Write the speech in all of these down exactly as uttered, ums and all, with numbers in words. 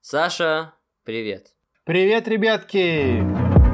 Саша, привет. Привет, ребятки!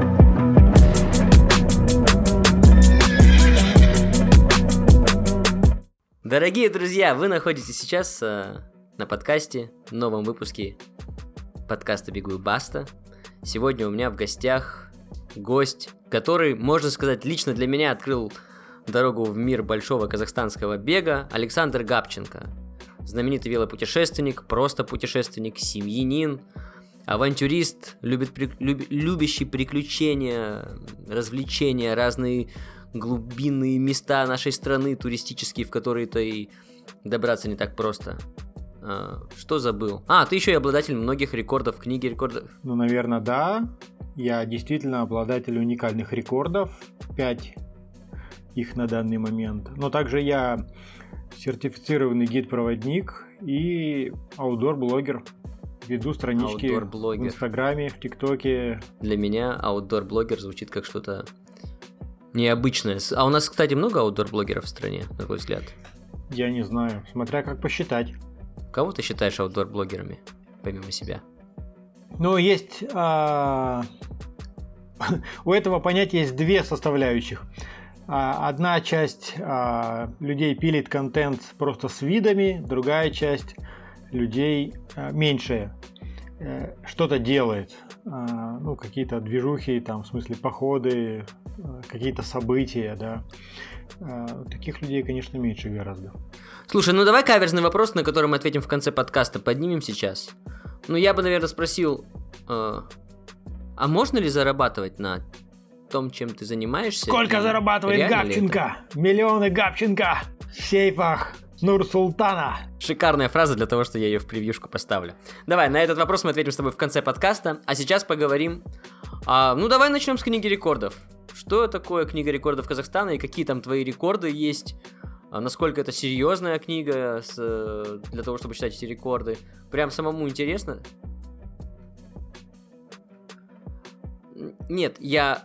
Дорогие друзья, вы находитесь сейчас э, на подкасте, в новом выпуске подкаста «Бегу и баста». Сегодня у меня в гостях гость, который, можно сказать, лично для меня открыл дорогу в мир большого казахстанского бега, Александр Габченко. Знаменитый велопутешественник, просто путешественник, семьянин, авантюрист, любит, люб, любящий приключения, развлечения, разные глубинные места нашей страны, туристические, в которые-то и добраться не так просто. А, что забыл? А, ты еще и обладатель многих рекордов в книге рекордов. Ну, наверное, да. Я действительно обладатель уникальных рекордов. Пять их на данный момент. Но также я сертифицированный гид-проводник и аутдор-блогер. Веду странички в Инстаграме, в ТикТоке. Для меня аутдор-блогер звучит как что-то необычное. А у нас, кстати, много аутдор-блогеров в стране, на твой взгляд? Я не знаю, смотря как посчитать. Кого ты считаешь аутдор-блогерами, помимо себя? Ну, есть... А... У этого понятия есть две составляющих. Одна часть а, людей пилит контент просто с видами, другая часть людей а, меньшая а, что-то делает, а, ну какие-то движухи, там в смысле походы, а, какие-то события, да. А, таких людей, конечно, меньше гораздо. Слушай, ну давай каверзный вопрос, на который мы ответим в конце подкаста, поднимем сейчас. Ну я бы, наверное, спросил, э, а можно ли зарабатывать на том, чем ты занимаешься? Сколько зарабатывает Габченко? Миллионы Габченко в сейфах Нур-Султана. Шикарная фраза для того, что я ее в превьюшку поставлю. Давай, на этот вопрос мы ответим с тобой в конце подкаста. А сейчас поговорим... А, ну, давай начнем с книги рекордов. Что такое книга рекордов Казахстана и какие там твои рекорды есть? А насколько это серьезная книга с, для того, чтобы читать эти рекорды? Прям самому интересно? Нет, я...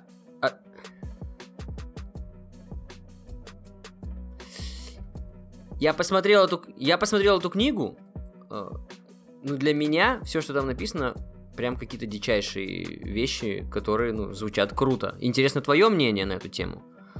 Я посмотрел эту, я посмотрел эту книгу, э, ну, для меня все, что там написано, прям какие-то дичайшие вещи, которые, ну, звучат круто. Интересно твое мнение на эту тему?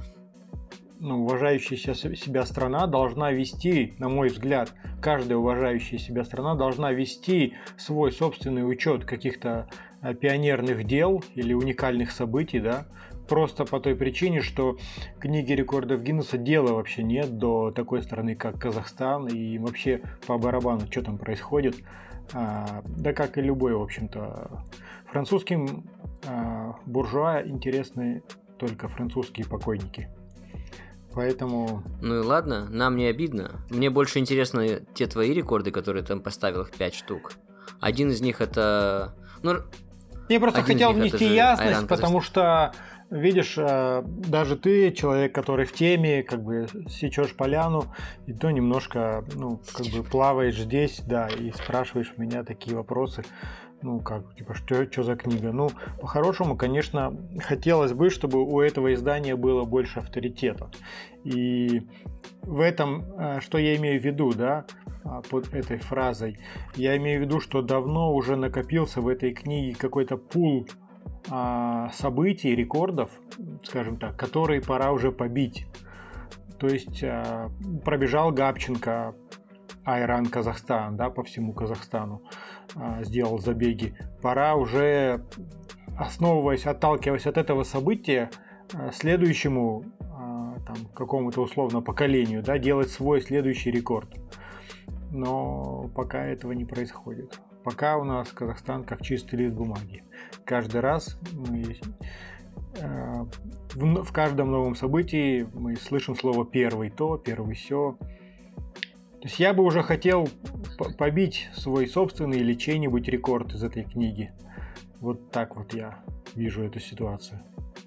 Ну, уважающая себя страна должна вести, на мой взгляд, каждая уважающая себя страна должна вести свой собственный учет каких-то пионерных дел или уникальных событий, да, просто по той причине, что книги рекордов Гиннесса дела вообще нет до такой страны, как Казахстан, и вообще по барабану, что там происходит, а, да как и любой, в общем-то. Французским а, буржуа интересны только французские покойники. Поэтому... Ну и ладно, нам не обидно. Мне больше интересны те твои рекорды, которые там поставил, их пять штук. Один из них это... Ну, я просто хотел внести ясность, потому что, видишь, даже ты, человек, который в теме, как бы сечешь поляну, и то немножко, ну, как бы плаваешь здесь, да, и спрашиваешь меня такие вопросы. Ну, как, типа, что, что за книга? Ну, по-хорошему, конечно, хотелось бы, чтобы у этого издания было больше авторитета. И в этом, что я имею в виду, да, под этой фразой, я имею в виду, что давно уже накопился в этой книге какой-то пул а, событий, рекордов, скажем так, которые пора уже побить. То есть а, пробежал Габченко Айран Казахстан, да, по всему Казахстану, а, сделал забеги. Пора уже, основываясь, отталкиваясь от этого события, а, следующему а, там, какому-то условно поколению, да, делать свой следующий рекорд. Но пока этого не происходит. Пока у нас Казахстан как чистый лист бумаги. Каждый раз мы, э, в, в каждом новом событии мы слышим слово «первый то», «первый сё». То есть я бы уже хотел побить свой собственный или чей-нибудь рекорд из этой книги. Вот так вот я вижу эту ситуацию.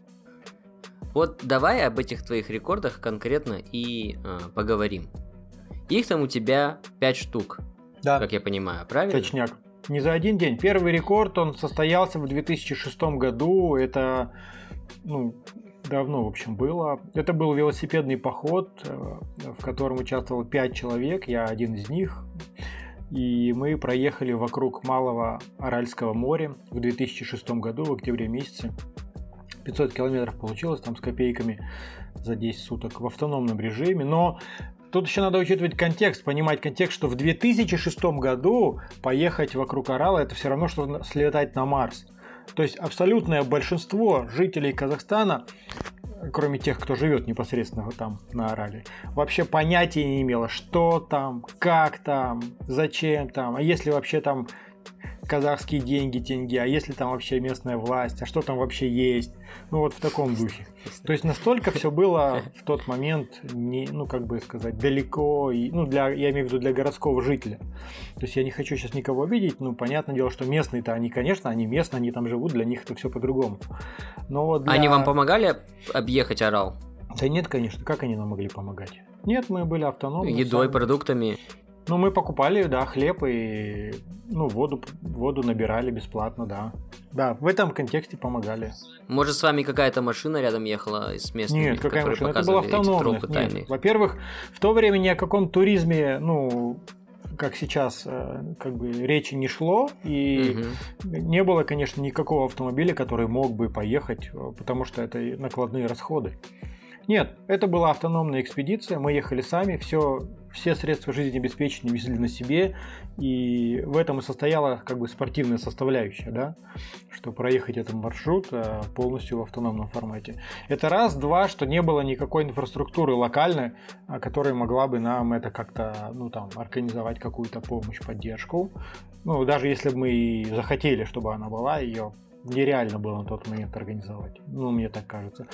Вот давай об этих твоих рекордах конкретно и э, поговорим. Их там у тебя пять штук, да, как я понимаю, правильно? Точняк. Не за один день. Первый рекорд, он состоялся в две тысячи шестом году. Это, ну, давно, в общем, было. Это был велосипедный поход, в котором участвовало пять человек. Я один из них. И мы проехали вокруг Малого Аральского моря в две тысячи шестом году, в октябре месяце. пятьсот километров получилось там с копейками за десять суток в автономном режиме. Но тут еще надо учитывать контекст, понимать контекст, что в две тысячи шестом году поехать вокруг Арала — это все равно, что слетать на Марс. То есть абсолютное большинство жителей Казахстана, кроме тех, кто живет непосредственно там на Арале, вообще понятия не имело, что там, как там, зачем там, а если вообще там казахские деньги, тенге, а если там вообще местная власть, а что там вообще есть. Ну вот в таком духе. То есть настолько все было в тот момент, не, ну как бы сказать, далеко, и, ну для, я имею в виду для городского жителя. То есть я не хочу сейчас никого обидеть, ну понятное дело, что местные-то они, конечно, они местные, они там живут, для них это все по-другому. Но вот для... Они вам помогали объехать Арал? Да нет, конечно, как они нам могли помогать? Нет, мы были автономны. Едой, сами. Продуктами? Ну, мы покупали, да, хлеб и, ну, воду, воду набирали бесплатно, да. Да, в этом контексте помогали. Может, с вами какая-то машина рядом ехала с местными? Нет, какая машина? Это была автономная. Нет. Во-первых, в то время ни о каком туризме, ну, как сейчас, как бы речи не шло, и угу. не было, конечно, никакого автомобиля, который мог бы поехать, потому что это накладные расходы. Нет, это была автономная экспедиция, мы ехали сами, все, все средства жизнеобеспечения везли на себе, и в этом и состояла как бы спортивная составляющая, да, что проехать этот маршрут полностью в автономном формате. Это раз, два, что не было никакой инфраструктуры локальной, которая могла бы нам это как-то, ну там, организовать какую-то помощь, поддержку. Ну, даже если бы мы и захотели, чтобы она была, ее нереально было на тот момент организовать. Ну, мне так кажется.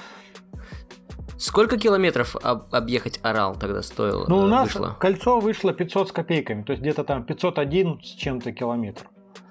Сколько километров об- объехать Арал тогда стоило? Ну, у нас вышло? Кольцо вышло пятьсот с копейками, то есть где-то там пятьсот один с чем-то километр.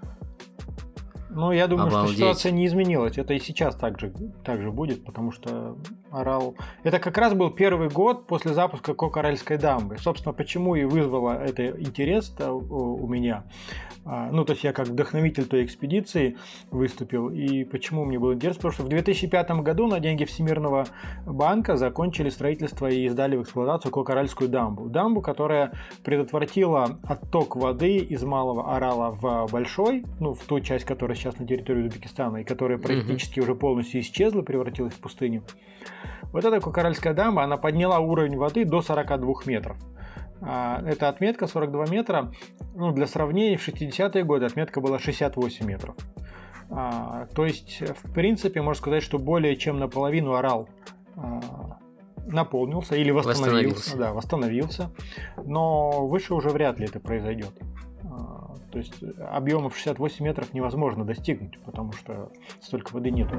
Ну, я думаю, Обалдеть. Что ситуация не изменилась. Это и сейчас так же, так же будет, потому что Арал... Это как раз был первый год после запуска Кок-Аральской дамбы. Собственно, почему и вызвало это интерес у меня. Ну, то есть я как вдохновитель той экспедиции выступил. И почему мне был интерес? Потому что в две тысячи пятом году на деньги Всемирного банка закончили строительство и сдали в эксплуатацию Кок-Аральскую дамбу. Дамбу, которая предотвратила отток воды из Малого Арала в Большой, ну, в ту часть, которая сейчас на территории Узбекистана, и которая практически mm-hmm. уже полностью исчезла, превратилась в пустыню. Вот эта Кок-Аральская дамба, она подняла уровень воды до сорок два метров. Эта отметка сорок два метра, ну, для сравнения, в шестидесятые годы отметка была шестьдесят восемь метров. А, то есть, в принципе, можно сказать, что более чем наполовину Арал а, наполнился или восстановился, восстановился. Да, восстановился, но выше уже вряд ли это произойдет. А, то есть объемов шестьдесят восемь метров невозможно достигнуть, потому что столько воды нету.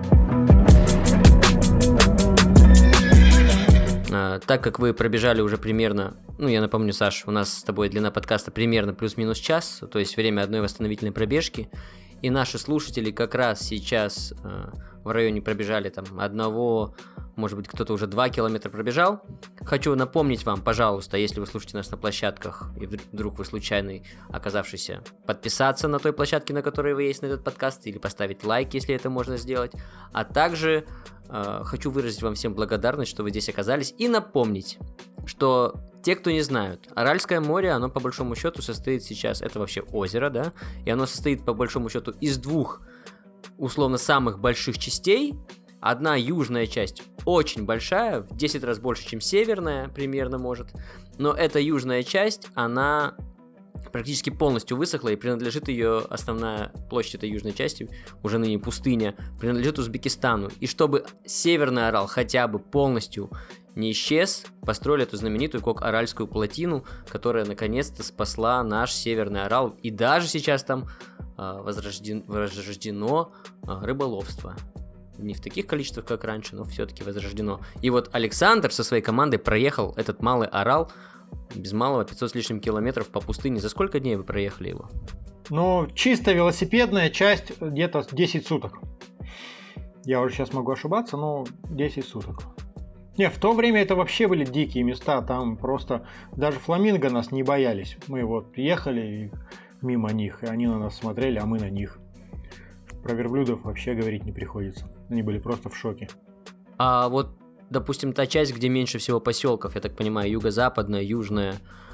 Так как вы пробежали уже примерно, ну я напомню, Саш, у нас с тобой длина подкаста примерно плюс-минус час, то есть время одной восстановительной пробежки, и наши слушатели как раз сейчас э, в районе пробежали там одного, может быть кто-то уже два километра пробежал. Хочу напомнить вам, пожалуйста, если вы слушаете нас на площадках, и вдруг вы случайный оказавшийся, подписаться на той площадке, на которой вы есть на этот подкаст, или поставить лайк, если это можно сделать, а также... Хочу выразить вам всем благодарность, что вы здесь оказались, и напомнить, что те, кто не знают, Аральское море, оно по большому счету состоит сейчас, это вообще озеро, да, и оно состоит по большому счету из двух, условно, самых больших частей. Одна южная часть очень большая, в десять раз больше, чем северная, примерно может, но эта южная часть, она... практически полностью высохла, и принадлежит ее основная площадь этой южной части, уже ныне пустыня, принадлежит Узбекистану. И чтобы Северный Арал хотя бы полностью не исчез, построили эту знаменитую Кок-Аральскую плотину, которая наконец-то спасла наш Северный Арал. И даже сейчас там э, возрожден, возрождено э, рыболовство. Не в таких количествах, как раньше, но все-таки возрождено. И вот Александр со своей командой проехал этот Малый Арал без малого пятьсот с лишним километров по пустыне. За сколько дней вы проехали его? Ну, чисто велосипедная часть где-то десять суток. Я уже сейчас могу ошибаться, но десять суток. Не, в то время это вообще были дикие места. Там просто даже фламинго нас не боялись. Мы вот ехали мимо них, и они на нас смотрели, а мы на них. Про верблюдов вообще говорить не приходится. Они были просто в шоке. А вот, допустим, та часть, где меньше всего поселков, я так понимаю, юго-западная, южная,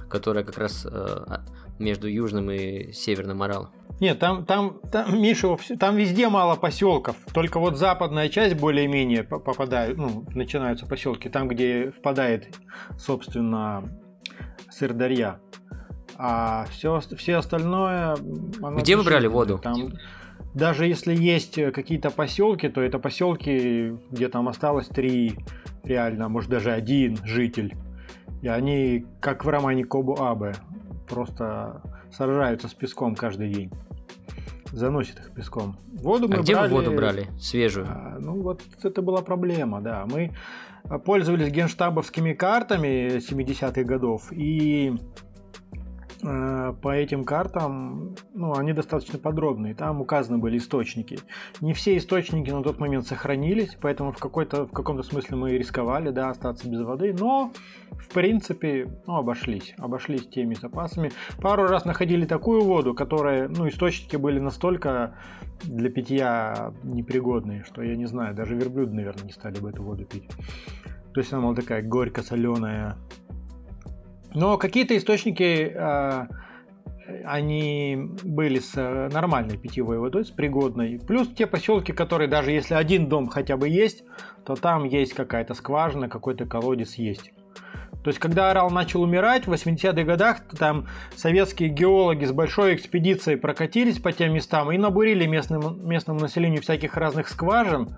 которая как раз э, между Южным и Северным Аралом. Нет, там, там, там, Миша, там везде мало поселков. Только вот западная часть более-менее попадает, ну, начинаются поселки, там, где впадает, собственно, Сырдарья. А все, все остальное... Где вы брали воду? Там, даже если есть какие-то поселки, то это поселки, где там осталось три, реально, может даже один житель. И они, как в романе Кобу-Абе, просто сражаются с песком каждый день. Заносит их песком. Воду мы а где брали, вы воду брали? Свежую? А, ну вот это была проблема, да. Мы пользовались генштабовскими картами семидесятых годов, и э, по этим картам, ну, они достаточно подробные. Там указаны были источники. Не все источники на тот момент сохранились, поэтому в, какой-то, в каком-то смысле мы рисковали, да, остаться без воды, но в принципе, ну, обошлись. Обошлись теми запасами. Пару раз находили такую воду, которая, ну, источники были настолько для питья непригодные, что, я не знаю, даже верблюды, наверное, не стали бы эту воду пить. То есть она была такая горько-соленая. Но какие-то источники, э, они были с нормальной питьевой водой, с пригодной. Плюс те поселки, которые, даже если один дом хотя бы есть, то там есть какая-то скважина, какой-то колодец есть. То есть, когда Арал начал умирать в восьмидесятых годах, там советские геологи с большой экспедицией прокатились по тем местам и набурили местному, местному населению всяких разных скважин.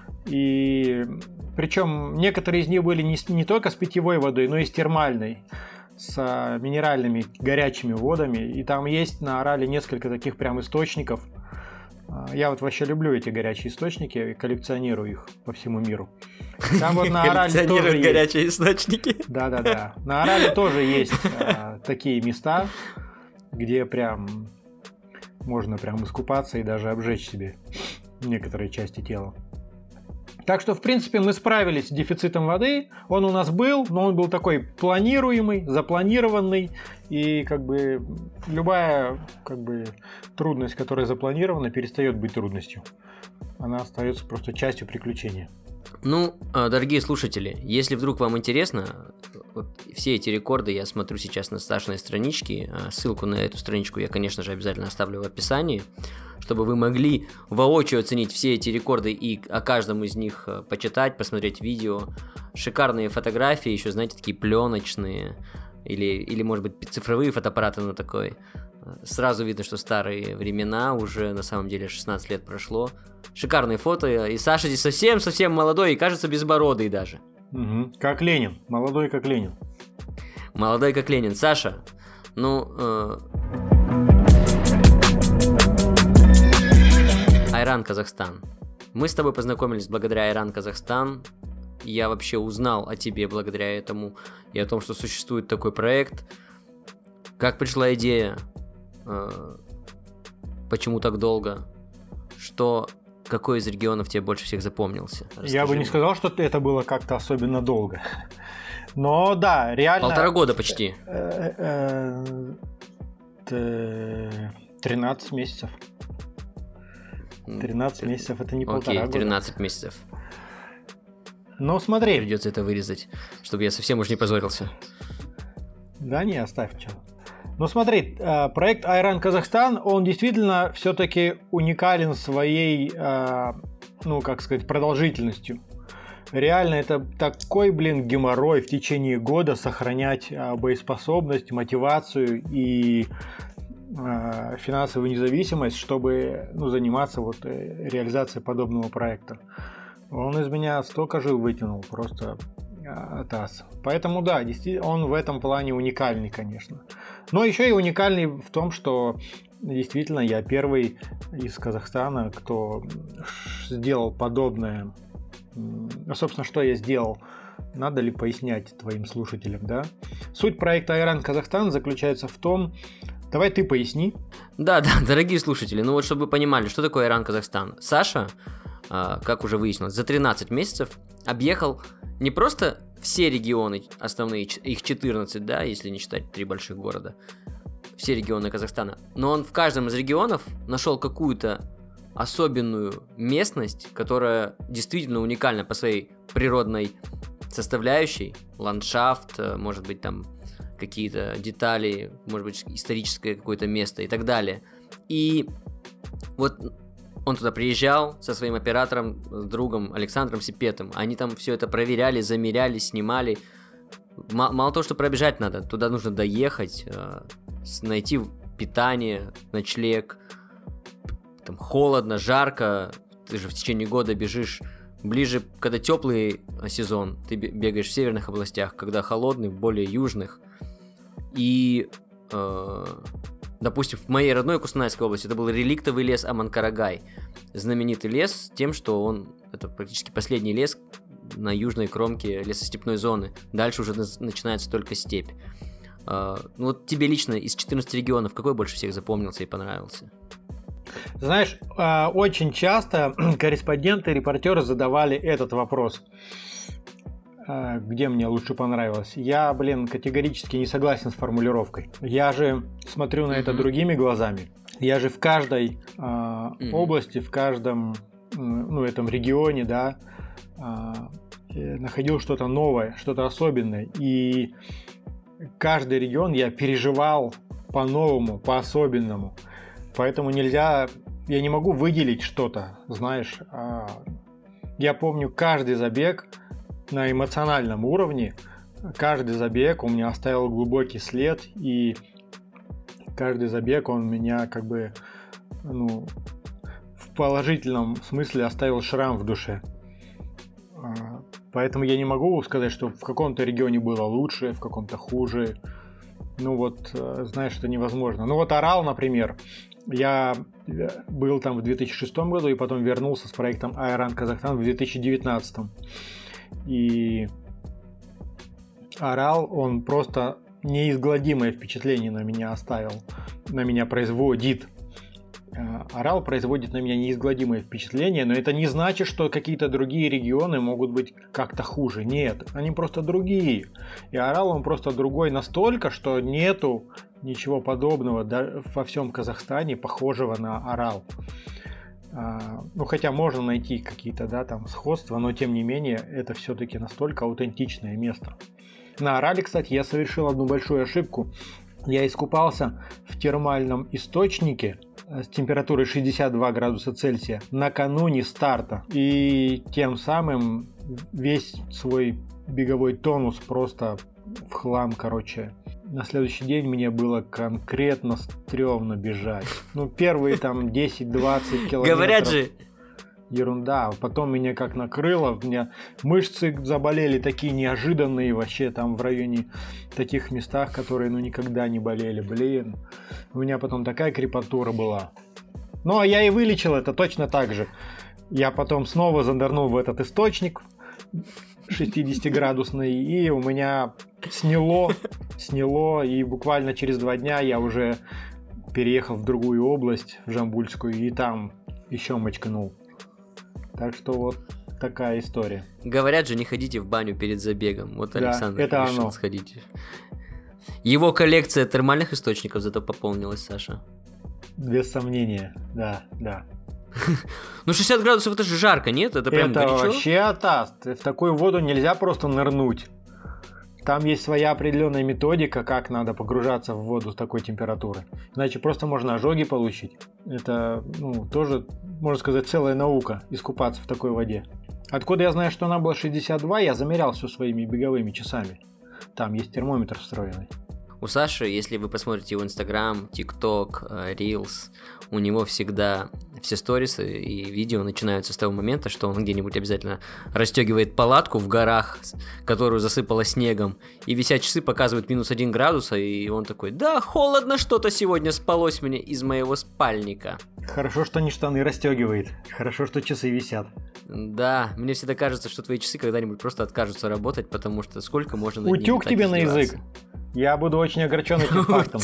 И причем некоторые из них были не, не только с питьевой водой, но и с термальной, с минеральными горячими водами. И там есть на Арале несколько таких прям источников. Я вот вообще люблю эти горячие источники и коллекционирую их по всему миру. Там вот на Арале тоже горячие есть... источники. Да-да-да. На Арале тоже есть а, такие места, где прям можно прям искупаться и даже обжечь себе некоторые части тела. Так что, в принципе, мы справились с дефицитом воды. Он у нас был, но он был такой планируемый, запланированный. И как бы любая как бы, трудность, которая запланирована, перестает быть трудностью. Она остается просто частью приключения. Ну, дорогие слушатели, если вдруг вам интересно, вот все эти рекорды я смотрю сейчас на Сашиной страничке. Ссылку на эту страничку я, конечно же, обязательно оставлю в описании, чтобы вы могли воочию оценить все эти рекорды и о каждом из них почитать, посмотреть видео. Шикарные фотографии, еще, знаете, такие пленочные, или, или может быть, цифровые фотоаппараты, но такой. Сразу видно, что старые времена, уже на самом деле шестнадцать лет прошло. Шикарные фото, и Саша здесь совсем-совсем молодой и кажется безбородый даже. Угу. Как Ленин, молодой как Ленин. Молодой как Ленин. Саша, ну... Э... Айран Казахстан. Мы с тобой познакомились благодаря Айран Казахстан. Я вообще узнал о тебе благодаря этому и о том, что существует такой проект. Как пришла идея? Э... Почему так долго? Что... Какой из регионов тебе больше всех запомнился? Расскажи Я бы не мне. сказал, что это было как-то особенно долго. Но да, реально... Полтора года почти. тринадцать месяцев. тринадцать месяцев это не полтора года. Окей, тринадцать месяцев. Ну смотри. Придется это вырезать, чтобы я совсем уж не позорился. Да не, оставь что. Ну смотри, проект Айран Казахстан, он действительно все-таки уникален своей, ну как сказать, продолжительностью. Реально это такой, блин, геморрой в течение года сохранять боеспособность, мотивацию и финансовую независимость, чтобы, ну, заниматься вот реализацией подобного проекта. Он из меня столько жил вытянул, просто таз. Поэтому да, действительно, он в этом плане уникальный, конечно. Но еще и уникальный в том, что действительно я первый из Казахстана, кто сделал подобное. Ну, собственно, что я сделал? Надо ли пояснять твоим слушателям, да? Суть проекта Айран Казахстан заключается в том... Давай ты поясни. Да, да, дорогие слушатели, ну вот чтобы вы понимали, что такое Айран Казахстан. Саша, как уже выяснилось, за тринадцать месяцев объехал не просто все регионы основные, их четырнадцать, да, если не считать три больших города, все регионы Казахстана, но он в каждом из регионов нашел какую-то особенную местность, которая действительно уникальна по своей природной составляющей, ландшафт, может быть там какие-то детали, может быть, историческое какое-то место и так далее. И вот он туда приезжал со своим оператором, с другом Александром Сипетом. Они там все это проверяли, замеряли, снимали. М- мало того, что пробежать надо, туда нужно доехать, э, найти питание, ночлег. Там холодно, жарко. Ты же в течение года бежишь. Ближе, когда теплый сезон, ты бегаешь в северных областях, когда холодный, в более южных. И, э, допустим, в моей родной Кустанайской области это был реликтовый лес Аманкарагай. Знаменитый лес тем, что он, это практически последний лес на южной кромке лесостепной зоны. Дальше уже начинается только степь. Э, ну вот тебе лично из четырнадцати регионов какой больше всех запомнился и понравился? Знаешь, очень часто корреспонденты, репортеры задавали этот вопрос. Где мне лучше понравилось? Я, блин, категорически не согласен с формулировкой. Я же смотрю на mm-hmm. это другими глазами. Я же в каждой э, mm-hmm. области, в каждом ну, этом регионе, да, э, находил что-то новое, что-то особенное. И каждый регион я переживал по-новому, по-особенному. Поэтому нельзя, я не могу выделить что-то, знаешь. Я помню каждый забег на эмоциональном уровне, каждый забег у меня оставил глубокий след, и каждый забег он меня как бы, ну, в положительном смысле оставил шрам в душе. Поэтому я не могу сказать, что в каком-то регионе было лучше, в каком-то хуже. Ну вот, знаешь, это невозможно. Ну вот Орал, например. Я был там в две тысячи шестом году и потом вернулся с проектом Iron Kazakhstan в две тысячи девятнадцатом. И Орал, он просто неизгладимое впечатление на меня оставил, на меня производит. Орал производит на меня неизгладимое впечатление, но это не значит, что какие-то другие регионы могут быть как-то хуже. Нет, они просто другие. И Орал, он просто другой настолько, что нету ничего подобного да, во всем Казахстане, похожего на Орал. А, ну, хотя можно найти какие-то, да, там сходства, но тем не менее, это все-таки настолько аутентичное место. На Орале, кстати, я совершил одну большую ошибку. Я искупался в термальном источнике с температурой шестьдесят два градуса Цельсия накануне старта. И тем самым весь свой беговой тонус просто в хлам, короче. На следующий день мне было конкретно стрёмно бежать. Ну, первые там десять-двадцать километров. Говорят же. Ерунда. Потом меня как накрыло. У меня мышцы заболели такие неожиданные вообще там в районе таких местах, которые ну никогда не болели. Блин. У меня потом такая крепатура была. Ну, а я и вылечил это точно так же. Я потом снова занырнул в этот источник шестидесятиградусный, и у меня сняло, сняло, и буквально через два дня я уже переехал в другую область, в Жамбульскую, и там еще мочканул. Так что вот такая история. Говорят же, не ходите в баню перед забегом. Вот да, Александр это решил оно. сходить. Его коллекция термальных источников зато пополнилась, Саша. Без сомнения, да, да. Ну шестьдесят градусов это же жарко, нет? Это прям это горячо? Вообще атас. В такую воду нельзя просто нырнуть. Там есть своя определенная методика, как надо погружаться в воду с такой температурой. Иначе просто можно ожоги получить. Это, ну, тоже, можно сказать, целая наука, искупаться в такой воде. Откуда я знаю, что она была шестьдесят два, я замерял все своими беговыми часами. Там есть термометр встроенный. У Саши, если вы посмотрите его Инстаграм, ТикТок, Рилс, у него всегда все сторисы и видео начинаются с того момента, что он где-нибудь обязательно расстегивает палатку в горах, которую засыпало снегом, и висят часы, показывают минус один градуса, и он такой: да, холодно что-то сегодня спалось мне из моего спальника. Хорошо, что не штаны расстегивает, хорошо, что часы висят. Да, мне всегда кажется, что твои часы когда-нибудь просто откажутся работать, потому что сколько можно над ними Утюг тебе на язык. Я буду очень огорчен этим фактом.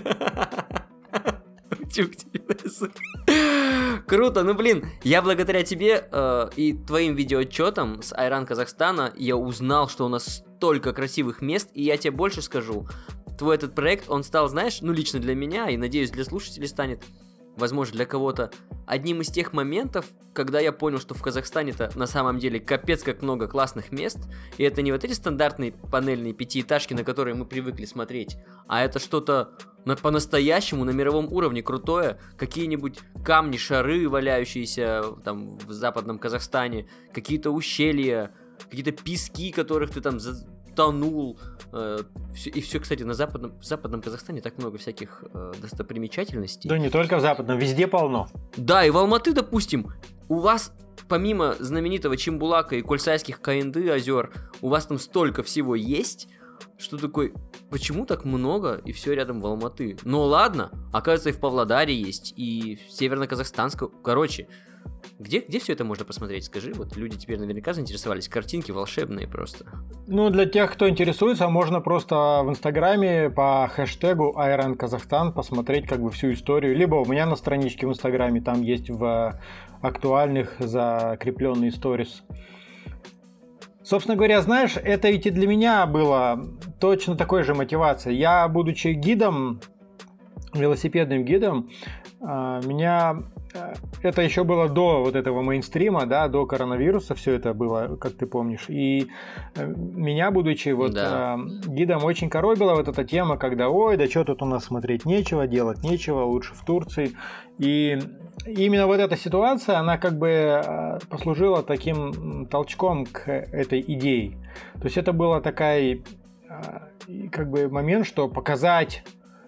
Утюг тебе на язык. Круто, ну блин, я благодаря тебе э, и твоим видеоотчетам с Iron Казахстана я узнал, что у нас столько красивых мест, и я тебе больше скажу. Твой этот проект, он стал, знаешь, ну лично для меня, и надеюсь для слушателей станет возможно, для кого-то одним из тех моментов, когда я понял, что в Казахстане-то на самом деле капец как много классных мест, и это не вот эти стандартные панельные пятиэтажки, на которые мы привыкли смотреть, а это что-то на, по-настоящему на мировом уровне крутое, какие-нибудь камни, шары, валяющиеся там в западном Казахстане, какие-то ущелья, какие-то пески, которых ты там затонул, э, все, и все, кстати, на западном, в западном Казахстане так много всяких э, достопримечательностей. Да не только в западном, везде полно. Да, и в Алматы, допустим, у вас помимо знаменитого Чимбулака и Кольсайских Каенды озер, у вас там столько всего есть, что такой, почему так много и все рядом в Алматы? Ну ладно, оказывается, и в Павлодаре есть, и в Северно-Казахстанском, короче, где, где все это можно посмотреть, скажи, вот люди теперь наверняка заинтересовались, картинки волшебные просто. Ну, для тех, кто интересуется, можно просто в Инстаграме по хэштегу Iron Kazakhstan посмотреть как бы всю историю, либо у меня на страничке в Инстаграме, там есть в актуальных закрепленные сторис. Собственно говоря, знаешь, это ведь и для меня было точно такой же мотивацией. Я, будучи гидом, велосипедным гидом, меня... Это еще было до вот этого мейнстрима, да, до коронавируса все это было, как ты помнишь. И меня, будучи вот да. гидом, очень коробила вот эта тема, когда, ой, да что тут у нас смотреть нечего, делать нечего, лучше в Турции. И именно вот эта ситуация, она как бы послужила таким толчком к этой идее. То есть это был такой как бы момент, что показать...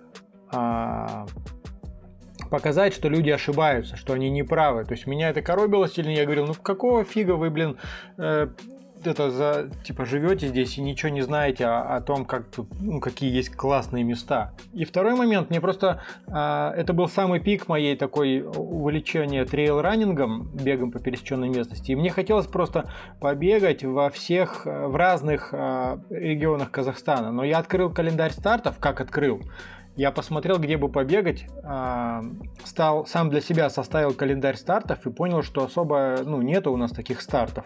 показать, что люди ошибаются, что они неправы. То есть меня это коробило сильно, я говорил, ну какого фига вы, блин, э, это за, типа, живете здесь и ничего не знаете о, о том, как тут, ну, какие есть классные места. И второй момент, мне просто, э, это был самый пик моей такой увлечения трейл-раннингом, бегом по пересеченной местности, и мне хотелось просто побегать во всех, в разных э, регионах Казахстана. Но я открыл календарь стартов, как открыл, я посмотрел, где бы побегать, стал, сам для себя составил календарь стартов и понял, что особо ну, нету у нас таких стартов.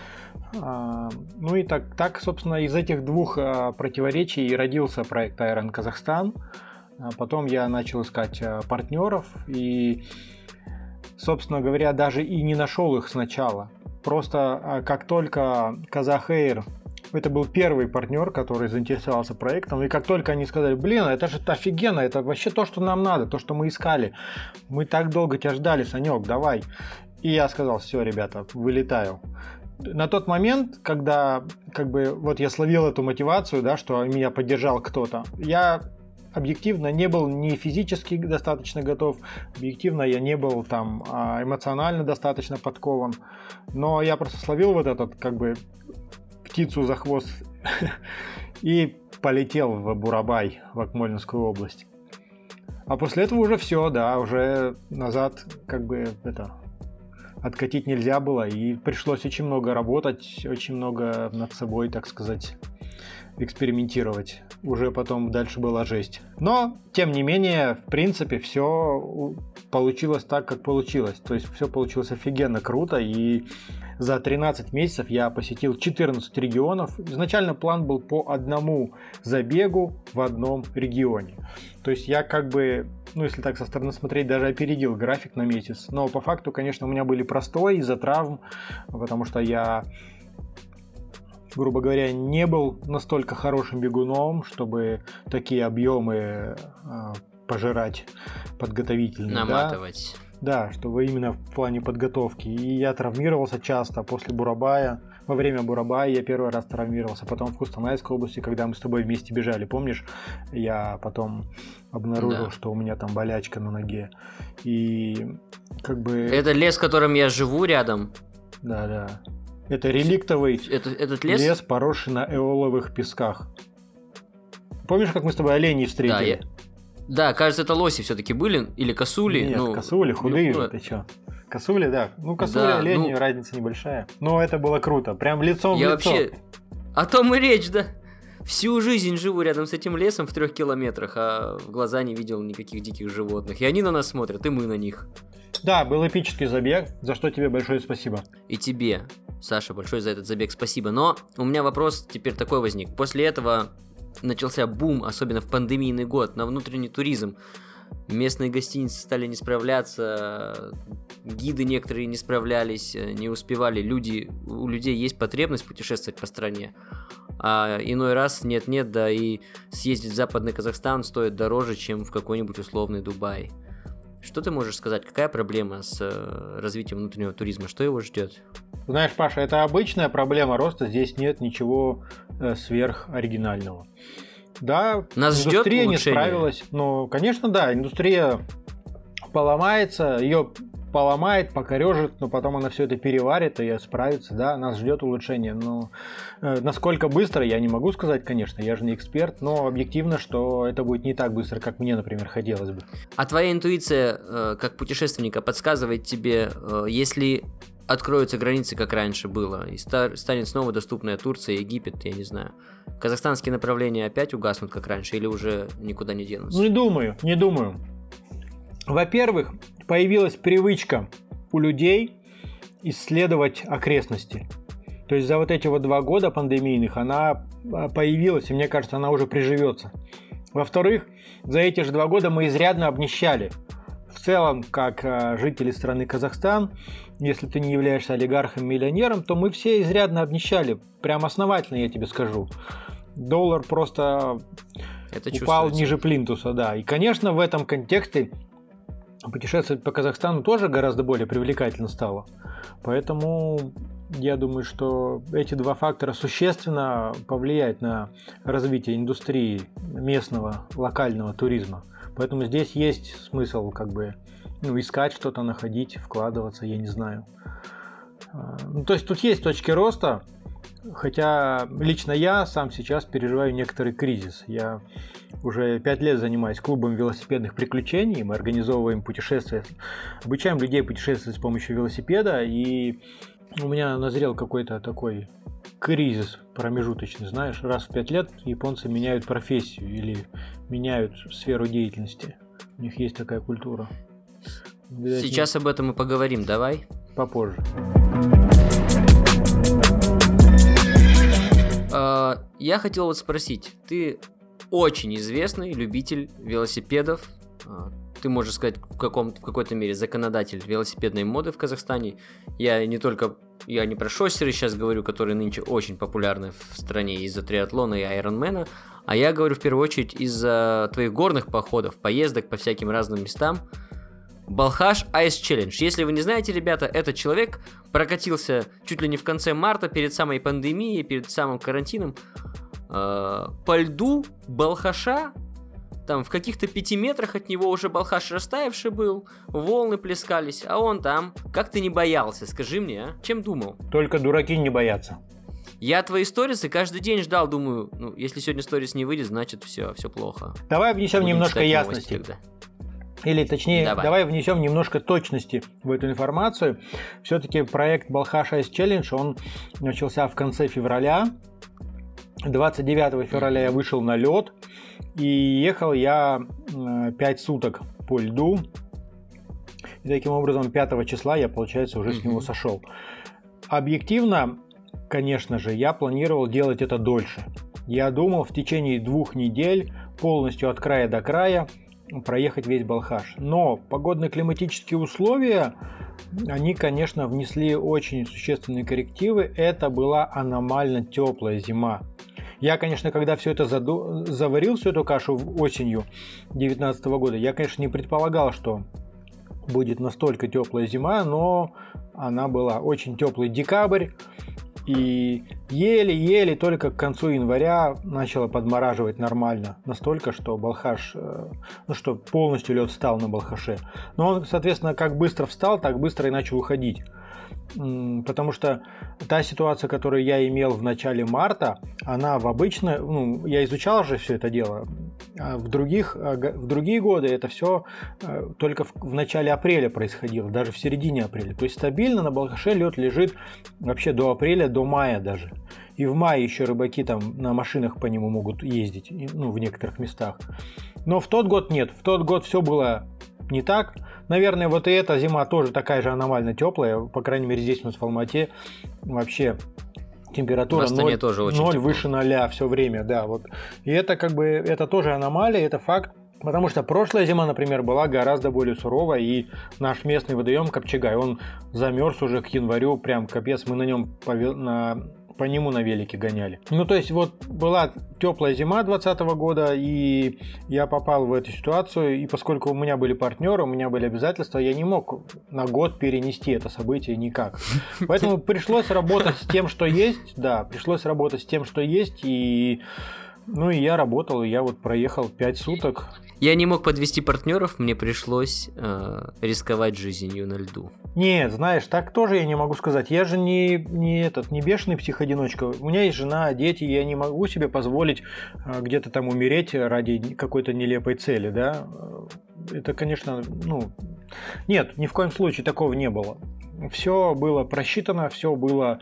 Ну и так, так, собственно, из этих двух противоречий родился проект Iron Kazakhstan. Потом я начал искать партнеров и, собственно говоря, даже и не нашел их сначала. Просто как только Kazakh Air, это был первый партнер, который заинтересовался проектом, и как только они сказали, блин, это же офигенно, это вообще то, что нам надо, то, что мы искали. Мы так долго тебя ждали, Санек, давай. И я сказал, все, ребята, вылетаю. На тот момент, когда как бы вот я словил эту мотивацию, да, что меня поддержал кто-то, я объективно не был ни физически достаточно готов, объективно я не был там эмоционально достаточно подкован, но я просто словил вот этот как бы птицу за хвост и полетел в Бурабай, в Акмолинскую область. А после этого уже все, да, уже назад как бы это откатить нельзя было, и пришлось очень много работать, очень много над собой, так сказать, экспериментировать. Уже потом дальше была жесть. Но, тем не менее, в принципе, все получилось так, как получилось. То есть все получилось офигенно круто, и за тринадцать месяцев я посетил четырнадцать регионов. Изначально план был по одному забегу в одном регионе. То есть я как бы, ну если так со стороны смотреть, даже опередил график на месяц. Но по факту, конечно, у меня были простой из-за травм, потому что я, грубо говоря, не был настолько хорошим бегуном, чтобы такие объемы э, пожирать подготовительные. Наматывать. Да? Да, чтобы именно в плане подготовки. И я травмировался часто после Бурабая. Во время Бурабая я первый раз травмировался. Потом в Кустанайской области, когда мы с тобой вместе бежали. Помнишь, я потом обнаружил, да. что у меня там болячка на ноге. И как бы... Это лес, в котором я живу рядом? Да, да. Это реликтовый это, этот лес? лес, поросший на эоловых песках. Помнишь, как мы с тобой оленей встретили? Да, я... Да, кажется, это лоси все-таки были, или косули. Нет, ну, косули, худые, ну, ты чё? Косули, да. Ну, косули, да, олени, ну... разница небольшая. Но это было круто, прям лицом я в лицо. Вообще... О том и речь, да. Всю жизнь живу рядом с этим лесом в трех километрах, а в глаза не видел никаких диких животных. И они на нас смотрят, и мы на них. Да, был эпический забег, за что тебе большое спасибо. И тебе, Саша, большое за этот забег спасибо. Но у меня вопрос теперь такой возник. После этого... начался бум, особенно в пандемийный год, на внутренний туризм. местные гостиницы стали не справляться, гиды некоторые не справлялись, не успевали. Люди, у людей есть потребность путешествовать по стране, а иной раз нет-нет, да и съездить в Западный Казахстан стоит дороже, чем в какой-нибудь условный Дубай. Что ты можешь сказать? Какая проблема с развитием внутреннего туризма? Что его ждет? Знаешь, Паша, это обычная проблема роста, здесь нет ничего э, сверхоригинального. Да, Нас индустрия ждет не справилась. Ну, конечно, да, индустрия поломается, ее поломает, покорежит, но потом она все это переварит и справится. Да, нас ждет улучшение. Но э, насколько быстро, я не могу сказать, конечно, я же не эксперт, но объективно, что это будет не так быстро, как мне, например, хотелось бы. А твоя интуиция, э, как путешественника, подсказывает тебе, э, если откроются границы, как раньше было, и стар- станет снова доступная Турция, Египет, я не знаю, казахстанские направления опять угаснут, как раньше, или уже никуда не денутся? Не думаю, не думаю. Во-первых, появилась привычка у людей исследовать окрестности. То есть за вот эти вот два года пандемийных она появилась, и мне кажется, она уже приживется. Во-вторых, за эти же два года мы изрядно обнищали. В целом, как жители страны Казахстан, если ты не являешься олигархом-миллионером, то мы все изрядно обнищали. Прям основательно, я тебе скажу. Доллар просто Это упал ниже плинтуса, да. И, конечно, в этом контексте путешествовать по Казахстану тоже гораздо более привлекательно стало. Поэтому я думаю, что эти два фактора существенно повлияют на развитие индустрии местного локального туризма. Поэтому здесь есть смысл как бы ну, искать что-то, находить, вкладываться, я не знаю. Ну, то есть тут есть точки роста, хотя лично я сам сейчас переживаю некоторый кризис. Я уже пять лет занимаюсь клубом велосипедных приключений, мы организовываем путешествия, обучаем людей путешествовать с помощью велосипеда, и у меня назрел какой-то такой кризис промежуточный, знаешь, раз в пять лет японцы меняют профессию или меняют сферу деятельности. У них есть такая культура. Видать, сейчас нет. Об этом мы поговорим, давай? Попозже. Uh, я хотел вот спросить, ты очень известный любитель велосипедов, uh, ты можешь сказать в, каком, в какой-то мере законодатель велосипедной моды в Казахстане. Я не только, я не про шоссеры сейчас говорю, которые нынче очень популярны в стране из-за триатлона и айронмена, а я говорю в первую очередь из-за твоих горных походов, поездок по всяким разным местам. Балхаш Ice Challenge. Если вы не знаете, ребята, этот человек прокатился чуть ли не в конце марта, перед самой пандемией, перед самым карантином, э, по льду Балхаша. Там в каких-то пяти метрах от него уже Балхаш растаявший был, волны плескались, а он там. Как ты не боялся, скажи мне, а? Чем думал? Только дураки не боятся. Я твои сторисы каждый день ждал, думаю, ну, если сегодня сторис не выйдет, значит все, все плохо. Давай внесем Будем немножко ясности. Или точнее, давай. давай внесем немножко точности в эту информацию. Все-таки проект Балхаш Ice Challenge, он начался в конце февраля. двадцать девятого февраля я вышел на лед. И ехал я пять суток по льду. И таким образом пятого числа я, получается, уже mm-hmm. с него сошел. Объективно, конечно же, я планировал делать это дольше. Я думал в течение двух недель полностью от края до края проехать весь Балхаш. Но погодно-климатические условия, они, конечно, внесли очень существенные коррективы. Это была аномально теплая зима. Я, конечно, когда все это заду... заварил, всю эту кашу осенью две тысячи девятнадцатого года, я, конечно, не предполагал, что будет настолько теплая зима, но она была очень теплый декабрь. И еле-еле только к концу января начало подмораживать нормально. Настолько, что Балхаш, ну что полностью лед встал на Балхаше. Но он, соответственно, как быстро встал, так быстро и начал уходить. Потому что та ситуация, которую я имел в начале марта, она в обычно, ну, я изучал же все это дело, а в, других, в другие годы это все только в, в начале апреля происходило, даже в середине апреля. То есть стабильно на Балхаше лед лежит вообще до апреля, до мая даже. И в мае еще рыбаки там на машинах по нему могут ездить, ну, в некоторых местах. Но в тот год нет, в тот год все было не так. Наверное, вот и эта зима тоже такая же аномально теплая. По крайней мере, здесь у нас в Алмате вообще температура ноль, тоже очень ноль выше ноля все время. Да, вот. И это как бы это тоже аномалия, это факт. Потому что прошлая зима, например, была гораздо более суровая, и наш местный водоем Копчегай, он замерз уже к январю, прям капец, мы на нем по, на, по нему на велике гоняли. Ну, то есть, вот была теплая зима двадцатого года, и я попал в эту ситуацию, и поскольку у меня были партнеры, у меня были обязательства, я не мог на год перенести это событие никак. Поэтому пришлось работать с тем, что есть, да, пришлось работать с тем, что есть, и... Ну и я работал, и я вот проехал пять суток. Я не мог подвести партнеров, мне пришлось э, рисковать жизнью на льду. Нет, знаешь, так тоже я не могу сказать. Я же не, не этот, не бешеный психодиночка. У меня есть жена, дети, я не могу себе позволить э, где-то там умереть ради какой-то нелепой цели, да. Это, конечно, ну... Нет, ни в коем случае такого не было. Все было просчитано, все было...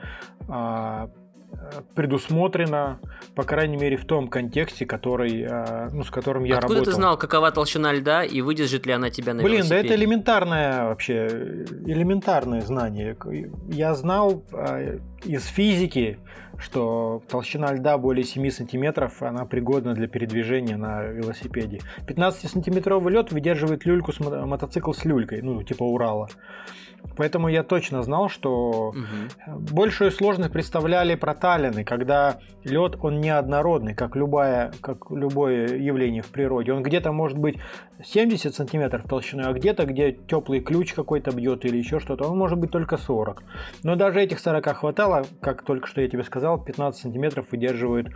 Э, предусмотрено, по крайней мере, в том контексте, который, ну, с которым я Откуда работал. Откуда ты знал, какова толщина льда и выдержит ли она тебя на Блин, велосипеде? да это элементарное вообще, элементарное знание. Я знал э, из физики, что толщина льда более семи сантиметров, она пригодна для передвижения на велосипеде. пятнадцатисантиметровый лед выдерживает люльку с мо- мотоцикл с люлькой, ну, типа Урала. Поэтому я точно знал, что угу. большую сложность представляли проталины, когда лед он неоднородный, как, любая, как любое явление в природе. Он где-то может быть семьдесят сантиметров толщиной, а где-то, где теплый ключ какой-то бьет или еще что-то, он может быть только сорок. Но даже этих сорока хватало, как только что я тебе сказал, пятнадцать сантиметров выдерживает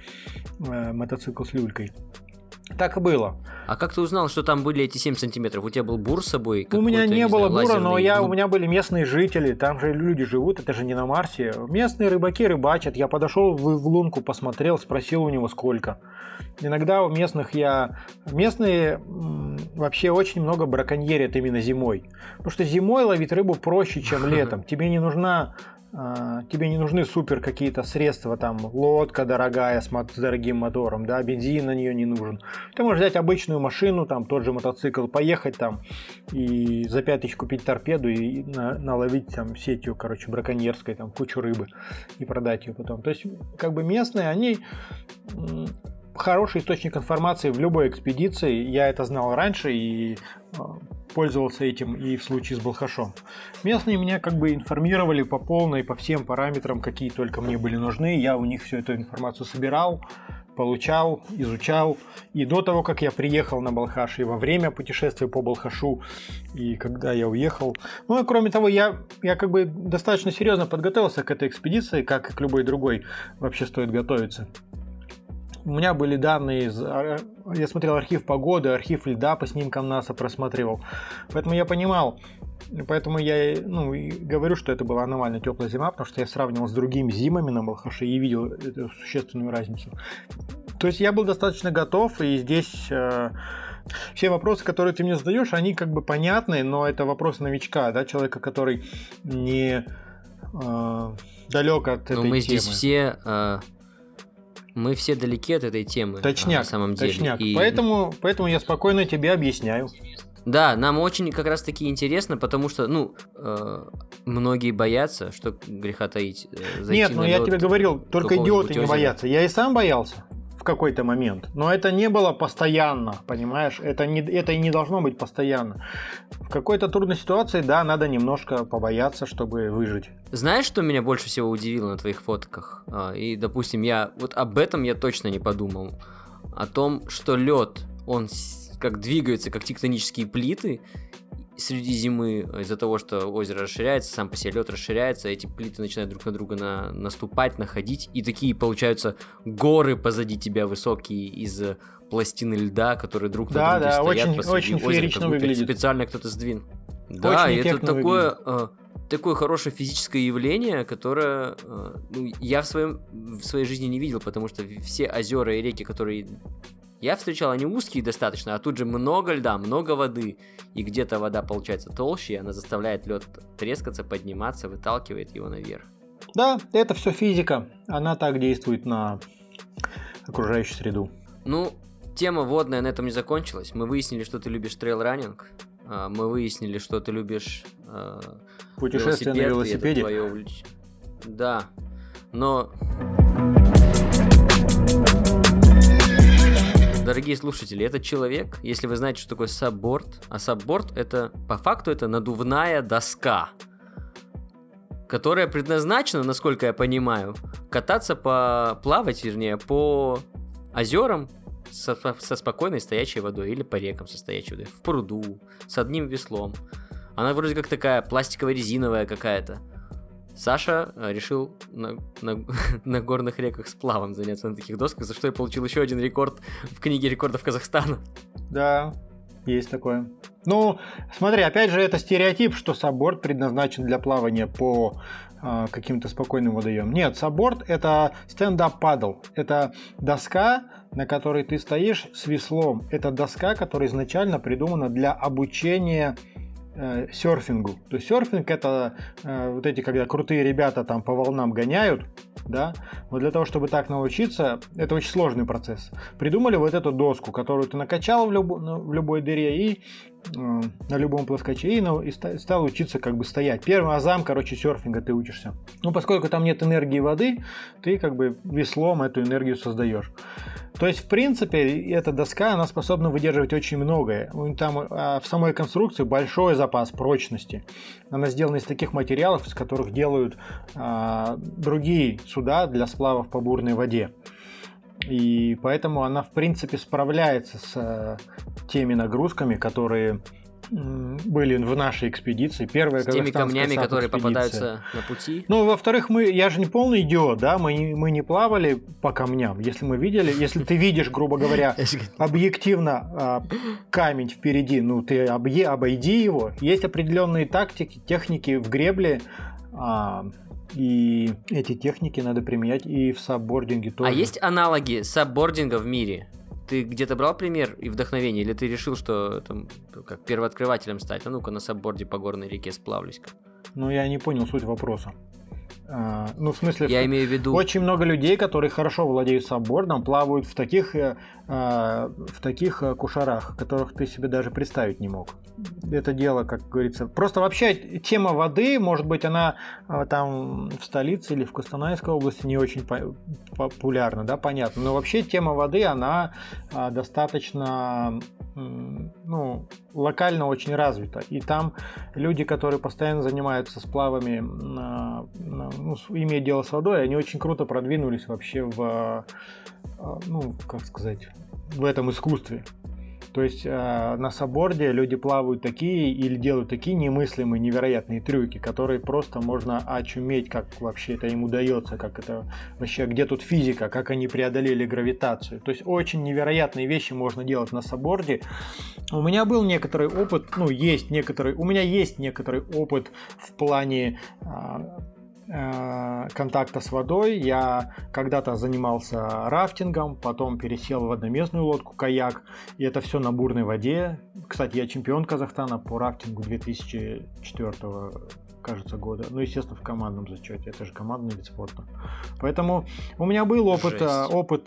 э, мотоцикл с люлькой. Так и было. А как ты узнал, что там были эти семь сантиметров? У тебя был бур с собой? У меня не, не было знаю, бура, но я, бур... у меня были местные жители, там же люди живут, это же не на Марсе. Местные рыбаки рыбачат. Я подошел в, в лунку, посмотрел, спросил у него сколько. Иногда у местных я... Местные м, вообще очень много браконьерят именно зимой. Потому что зимой ловить рыбу проще, чем летом. Тебе не нужна... Тебе не нужны супер какие-то средства, там лодка дорогая с, с дорогим мотором, да, бензин на нее не нужен. Ты можешь взять обычную машину, там тот же мотоцикл, поехать там и за пять тысяч купить торпеду и на, наловить там сетью, короче, браконьерской, там кучу рыбы и продать ее потом. То есть, как бы местные, они хороший источник информации в любой экспедиции. Я это знал раньше и пользовался этим и в случае с Балхашом. Местные меня как бы информировали по полной, по всем параметрам, какие только мне были нужны. Я у них всю эту информацию собирал, получал, изучал. И до того, как я приехал на Балхаш, и во время путешествия по Балхашу, и когда я уехал. Ну и кроме того, я, я как бы достаточно серьезно подготовился к этой экспедиции, как и к любой другой вообще стоит готовиться. У меня были данные из... Я смотрел архив погоды, архив льда по снимкам НАСА просматривал. Поэтому я понимал, поэтому я ну, и говорю, что это была аномально теплая зима, потому что я сравнивал с другими зимами на Балхаше и видел эту существенную разницу. То есть я был достаточно готов, и здесь э, все вопросы, которые ты мне задаешь, они как бы понятны, но это вопросы новичка, да, человека, который не э, далек от этой темы. Но мы здесь все... Э... Мы все далеки от этой темы. Точняк, на самом деле. Точняк. И... Поэтому, поэтому я спокойно тебе объясняю. Да, нам очень как раз таки интересно, потому что, ну, э, многие боятся, что греха таить. Э, Нет, ну я тебе говорил, только идиоты не боятся. Я и сам боялся в какой-то момент, но это не было постоянно, понимаешь? Это, не, это и не должно быть постоянно. В какой-то трудной ситуации, да, надо немножко побояться, чтобы выжить. Знаешь, что меня больше всего удивило на твоих фотках? А, и, допустим, я вот об этом я точно не подумал. О том, что лед, он как двигается, как тектонические плиты среди зимы, из-за того, что озеро расширяется, сам по себе лед расширяется, эти плиты начинают друг на друга на, наступать, находить, и такие получаются горы позади тебя высокие из пластины льда, которые друг да, на друге да, стоят очень, посреди очень озера, феерично как будто выглядит. Специально кто-то сдвинул. Да, и это такое, э, такое хорошее физическое явление, которое э, ну, я в, своем, в своей жизни не видел, потому что все озера и реки, которые я встречал, они узкие достаточно, а тут же много льда, много воды, и где-то вода получается толще, и она заставляет лед трескаться, подниматься, выталкивает его наверх. Да, это все физика, она так действует на окружающую среду. Ну, тема водная на этом не закончилась. Мы выяснили, что ты любишь трейл-раннинг. Мы выяснили, что ты любишь э, путешествие на велосипеде. Твое увлечение. Да, но дорогие слушатели, этот человек, если вы знаете, что такое сабборд, а сабборд это, по факту, это надувная доска, которая предназначена, насколько я понимаю, кататься по, плавать, вернее, по озерам со, со спокойной стоячей водой или по рекам со стоячей водой, в пруду, с одним веслом. Она вроде как такая пластиково-резиновая какая-то. Саша решил на, на, на горных реках сплавом заняться на таких досках, за что я получил еще один рекорд в книге рекордов Казахстана. Да, есть такое. Ну, смотри, опять же, это стереотип, что сабборд предназначен для плавания по э, каким-то спокойным водоемам. Нет, сабборд — это stand-up paddle. Это доска, на которой ты стоишь с веслом. Это доска, которая изначально придумана для обучения э, серфингу. То есть серфинг — это э, вот эти, когда крутые ребята там по волнам гоняют, да, вот для того, чтобы так научиться, это очень сложный процесс. Придумали вот эту доску, которую ты накачал в, любо, в любой дыре и э, на любом плоскоче, и, ну, и стал учиться как бы стоять. Первым азам, короче, серфинга ты учишься. Ну, поскольку там нет энергии воды, ты как бы веслом эту энергию создаешь. То есть, в принципе, эта доска, она способна выдерживать очень многое. Там в самой конструкции большой запас прочности. Она сделана из таких материалов, из которых делают а, другие суда для сплавов по бурной воде. И поэтому она, в принципе, справляется с а, теми нагрузками, которые были в нашей экспедиции. Первая с теми камнями, которые попадаются на пути. Ну, во-вторых, мы, я же не полный идиот, да, мы не, мы не плавали по камням. Если мы видели, если ты видишь, грубо говоря, объективно э, камень впереди, ну, ты объ, обойди его. Есть определенные тактики, техники в гребле, э, и эти техники надо применять и в саббординге тоже. А есть аналоги саббординга в мире? Ты где-то брал пример и вдохновение, или ты решил, что там, как первооткрывателем стать? А ну-ка на сабборде по горной реке сплавлюсь-ка. Ну, я не понял суть вопроса. А, ну, в смысле, я имею в виду... очень много людей, которые хорошо владеют саббордом, плавают в таких, а, в таких кушарах, которых ты себе даже представить не мог. Это дело, как говорится... Просто вообще тема воды, может быть, она а, там в столице или в Костанайской области не очень по- популярна, да, понятно. Но вообще тема воды, она а, достаточно... ну, локально очень развита. И там люди, которые постоянно занимаются сплавами, на, на, ну, имея дело с водой, они очень круто продвинулись вообще в, ну, как сказать, в этом искусстве. То есть э, на сабборде люди плавают такие или делают такие немыслимые, невероятные трюки, которые просто можно очуметь, как вообще это им удается, как это вообще, где тут физика, как они преодолели гравитацию. То есть очень невероятные вещи можно делать на сабборде. У меня был некоторый опыт, ну есть некоторый, у меня есть некоторый опыт в плане э, контакта с водой. Я когда-то занимался рафтингом, потом пересел в одноместную лодку, каяк, и это все на бурной воде. Кстати, я чемпион Казахстана по рафтингу две тысячи четвёртого, кажется, года. Ну, естественно, в командном зачете, это же командный вид спорта. Поэтому у меня был опыт, опыт,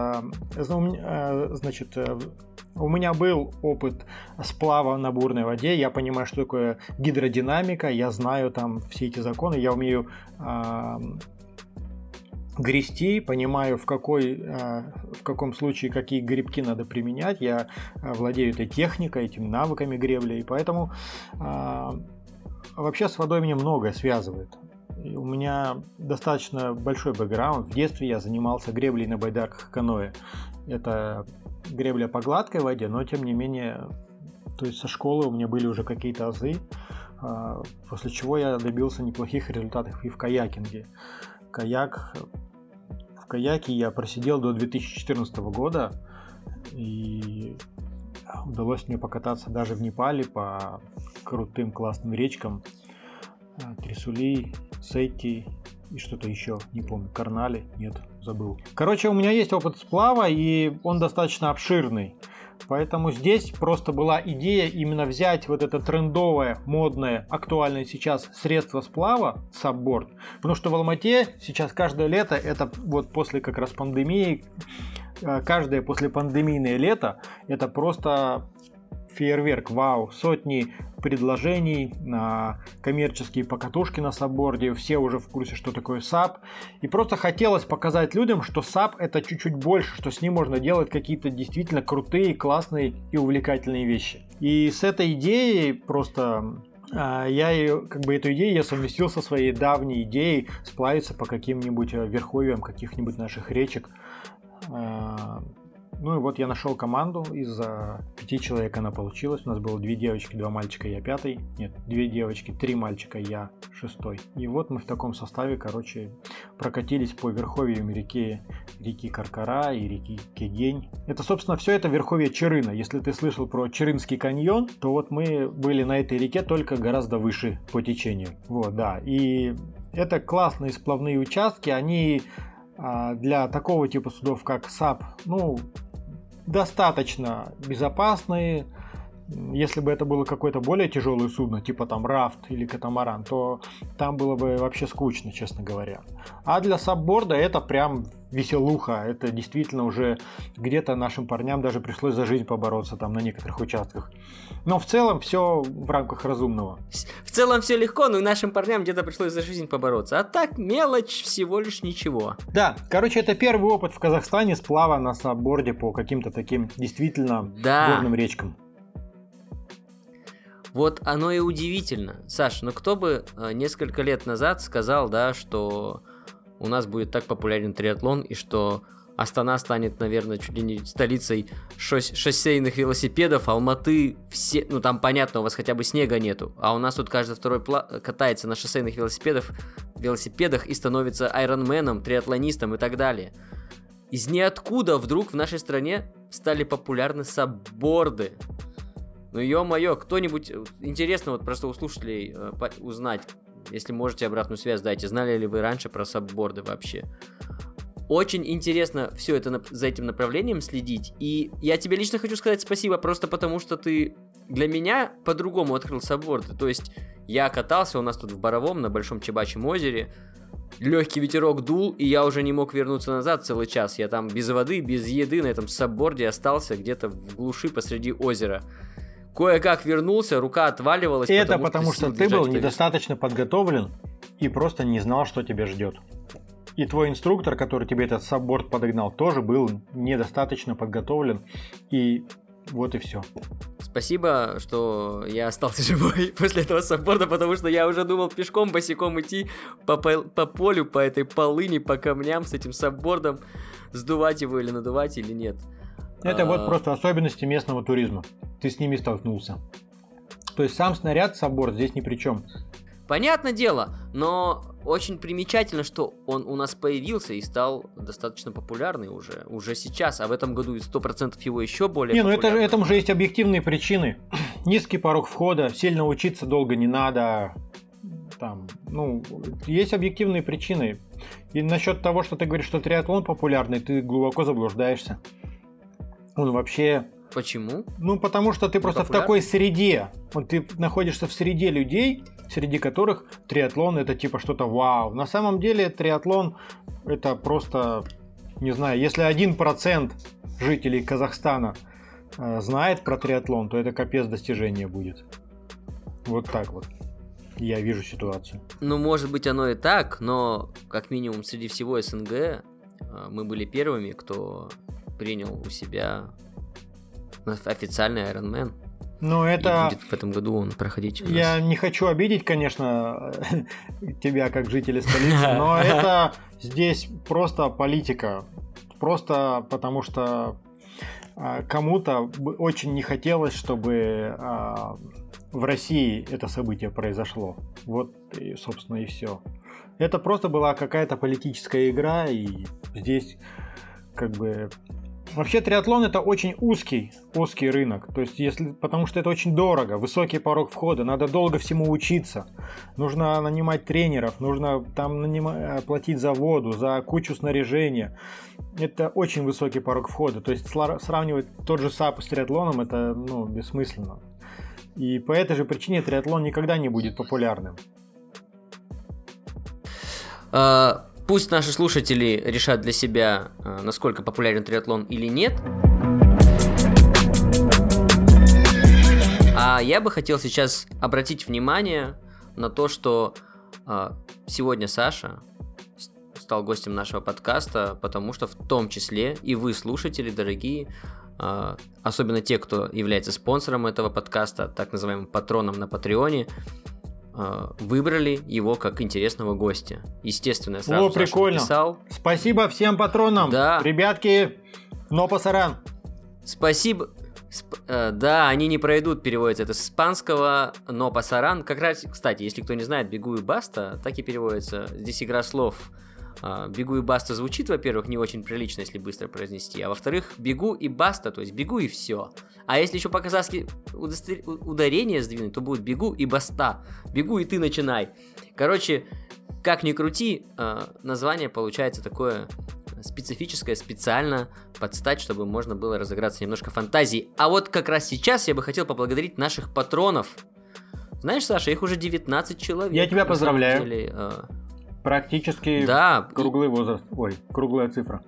значит, у меня был опыт сплава на бурной воде, я понимаю, что такое гидродинамика, я знаю там все эти законы, я умею э, грести, понимаю, в, какой, э, в каком случае какие гребки надо применять, я э, владею этой техникой, этими навыками гребли, и поэтому э, вообще с водой меня многое связывает. И у меня достаточно большой бэкграунд. В детстве я занимался греблей на байдарках и каноэ. Это гребля по гладкой воде, но тем не менее, то есть со школы у меня были уже какие-то азы, после чего я добился неплохих результатов и в каякинге. Каяк, в каяке я просидел до две тысячи четырнадцатого года, и удалось мне покататься даже в Непале по крутым классным речкам. Трисули, Сетти и что-то еще, не помню, Карнали, нет, забыл. Короче, у меня есть опыт сплава, и он достаточно обширный. Поэтому здесь просто была идея именно взять вот это трендовое, модное, актуальное сейчас средство сплава, сабборд. Потому что в Алмате сейчас каждое лето, это вот после как раз пандемии, каждое послепандемийное лето, это просто... фейерверк, вау, сотни предложений, на коммерческие покатушки на сабборде. Все уже в курсе, что такое саб. И просто хотелось показать людям, что саб это чуть-чуть больше, что с ним можно делать какие-то действительно крутые, классные и увлекательные вещи. И с этой идеей просто... Я ее, как бы эту идею я совместил со своей давней идеей сплавиться по каким-нибудь верховьям каких-нибудь наших речек. Ну и вот я нашел команду, из пяти человек она получилась. У нас было две девочки, два мальчика, я пятый. Нет, две девочки, три мальчика, я шестой. И вот мы в таком составе, короче, прокатились по верховьям реки, реки Каркара и реки Кегень. Это, собственно, все это верховье Чирына. Если ты слышал про Чирынский каньон, то вот мы были на этой реке только гораздо выше по течению. Вот, да. И это классные сплавные участки, они... для такого типа судов, как саб, ну, достаточно безопасные. Если бы это было какое-то более тяжелое судно, типа там рафт или катамаран, то там было бы вообще скучно, честно говоря. А для сабборда это прям веселуха. Это действительно уже где-то нашим парням даже пришлось за жизнь побороться там на некоторых участках. Но в целом все в рамках разумного. В целом все легко, но и нашим парням где-то пришлось за жизнь побороться. А так мелочь, всего лишь ничего. Да, короче, это первый опыт в Казахстане сплава на сабборде по каким-то таким действительно да. горным речкам. Вот оно и удивительно. Саш, ну кто бы э, несколько лет назад сказал, да, что у нас будет так популярен триатлон, и что Астана станет, наверное, чуть ли не столицей шосс- шоссейных велосипедов, Алматы, все, ну там понятно, у вас хотя бы снега нету, а у нас тут каждый второй пла- катается на шоссейных велосипедах, велосипедах и становится айронменом, триатлонистом и так далее. Из ниоткуда вдруг в нашей стране стали популярны сабборды. Ну ё-моё, кто-нибудь, интересно вот просто у слушателей э, по- узнать, если можете обратную связь дайте, знали ли вы раньше про сабборды вообще? Очень интересно все это на- за этим направлением следить, и я тебе лично хочу сказать спасибо, просто потому что ты для меня по-другому открыл сабборды, то есть я катался у нас тут в Боровом на Большом Чебачьем озере, легкий ветерок дул, и я уже не мог вернуться назад целый час, я там без воды, без еды на этом сабборде остался где-то в глуши посреди озера. Кое-как вернулся, рука отваливалась. Это потому, потому что, что ты был недостаточно подготовлен и просто не знал, что тебя ждет. И твой инструктор, который тебе этот сабборд подогнал, тоже был недостаточно подготовлен. И вот и все. Спасибо, что я остался живой после этого сабборда, потому что я уже думал пешком босиком идти по, по, по полю, по этой полыни, по камням с этим саббордом, сдувать его или надувать, или нет. Это а... вот просто особенности местного туризма. Ты с ними столкнулся. То есть сам снаряд, сабборд здесь ни при чем. Понятное дело, но очень примечательно, что он у нас появился и стал достаточно популярный уже, уже сейчас, а в этом году сто процентов его еще более не, популярный. Не, ну это, этому же есть объективные причины. Низкий порог входа, сильно учиться долго не надо. Там, ну, есть объективные причины. И насчет того, что ты говоришь, что триатлон популярный, ты глубоко заблуждаешься. Он вообще... Почему? Ну, потому что ты просто популярный? В такой среде. Вот ты находишься в среде людей, среди которых триатлон это типа что-то вау. На самом деле триатлон это просто, не знаю, если один процент жителей Казахстана э, знает про триатлон, то это капец достижения будет. Вот так вот. Я вижу ситуацию. Ну, может быть, оно и так, но как минимум среди всего СНГ э, мы были первыми, кто принял у себя официальный Ironman. Ну, это... И будет в этом году он проходить. Я не хочу обидеть, конечно, тебя как жителя столицы, но это здесь просто политика. Просто потому что кому-то очень не хотелось, чтобы в России это событие произошло. Вот, и, собственно, и все. Это просто была какая-то политическая игра, и здесь как бы... Вообще триатлон это очень узкий, узкий рынок, то есть если, потому что это очень дорого, высокий порог входа, надо долго всему учиться, нужно нанимать тренеров, нужно там нанимать, платить за воду, за кучу снаряжения, это очень высокий порог входа, то есть сравнивать тот же САП с триатлоном это ну, бессмысленно, и по этой же причине триатлон никогда не будет популярным. Uh... Пусть наши слушатели решат для себя, насколько популярен триатлон или нет. А я бы хотел сейчас обратить внимание на то, что э, сегодня Саша стал гостем нашего подкаста, потому что в том числе и вы, слушатели, дорогие, э, особенно те, кто является спонсором этого подкаста, так называемым патроном на Патреоне, э, выбрали его как интересного гостя. Естественно, я сразу О, прикольно. написал. Спасибо всем патронам. Да. Ребятки, но пасаран. Спасибо. Сп- э, да, они не пройдут, переводится это с испанского, но пасаран, как раз, кстати, если кто не знает, бегу и баста, так и переводится. Здесь игра слов. Uh, бегу и баста звучит, во-первых, не очень прилично, если быстро произнести, а во-вторых, бегу и баста, то есть бегу и все. А если еще по-казахски удостр... ударение сдвинуть, то будет бегу и баста. Бегу и ты начинай. Короче, как ни крути, uh, название получается такое специфическое, специально под стать, чтобы можно было разыграться немножко фантазии. А вот как раз сейчас я бы хотел поблагодарить наших патронов. Знаешь, Саша, их уже девятнадцать человек. Я тебя поздравляю. Деле, uh... Практически да. круглый возраст. Ой, круглая цифра.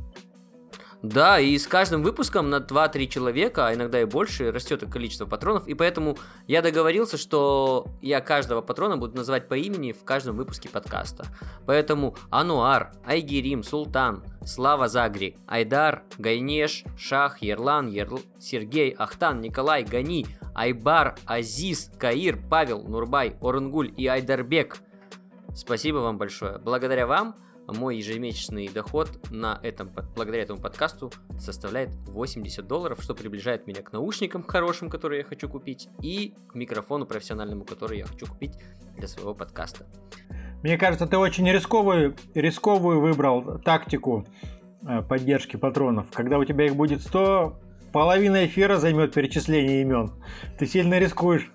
Да, и с каждым выпуском на два-три человека, а иногда и больше, растет количество патронов. И поэтому я договорился, что я каждого патрона буду называть по имени в каждом выпуске подкаста. Поэтому Ануар, Айгерим, Султан, Слава Загри, Айдар, Гайнеш, Шах, Ерлан, Ерл... Сергей, Ахтан, Николай, Гани, Айбар, Азиз, Каир, Павел, Нурбай, Орангуль и Айдарбек. Спасибо вам большое. Благодаря вам мой ежемесячный доход на этом, благодаря этому подкасту составляет восемьдесят долларов, что приближает меня к наушникам хорошим, которые я хочу купить, и к микрофону профессиональному, который я хочу купить для своего подкаста. Мне кажется, ты очень рисковую, рисковую выбрал тактику поддержки патронов. Когда у тебя их будет сто, половина эфира займет перечисление имен. Ты сильно рискуешь.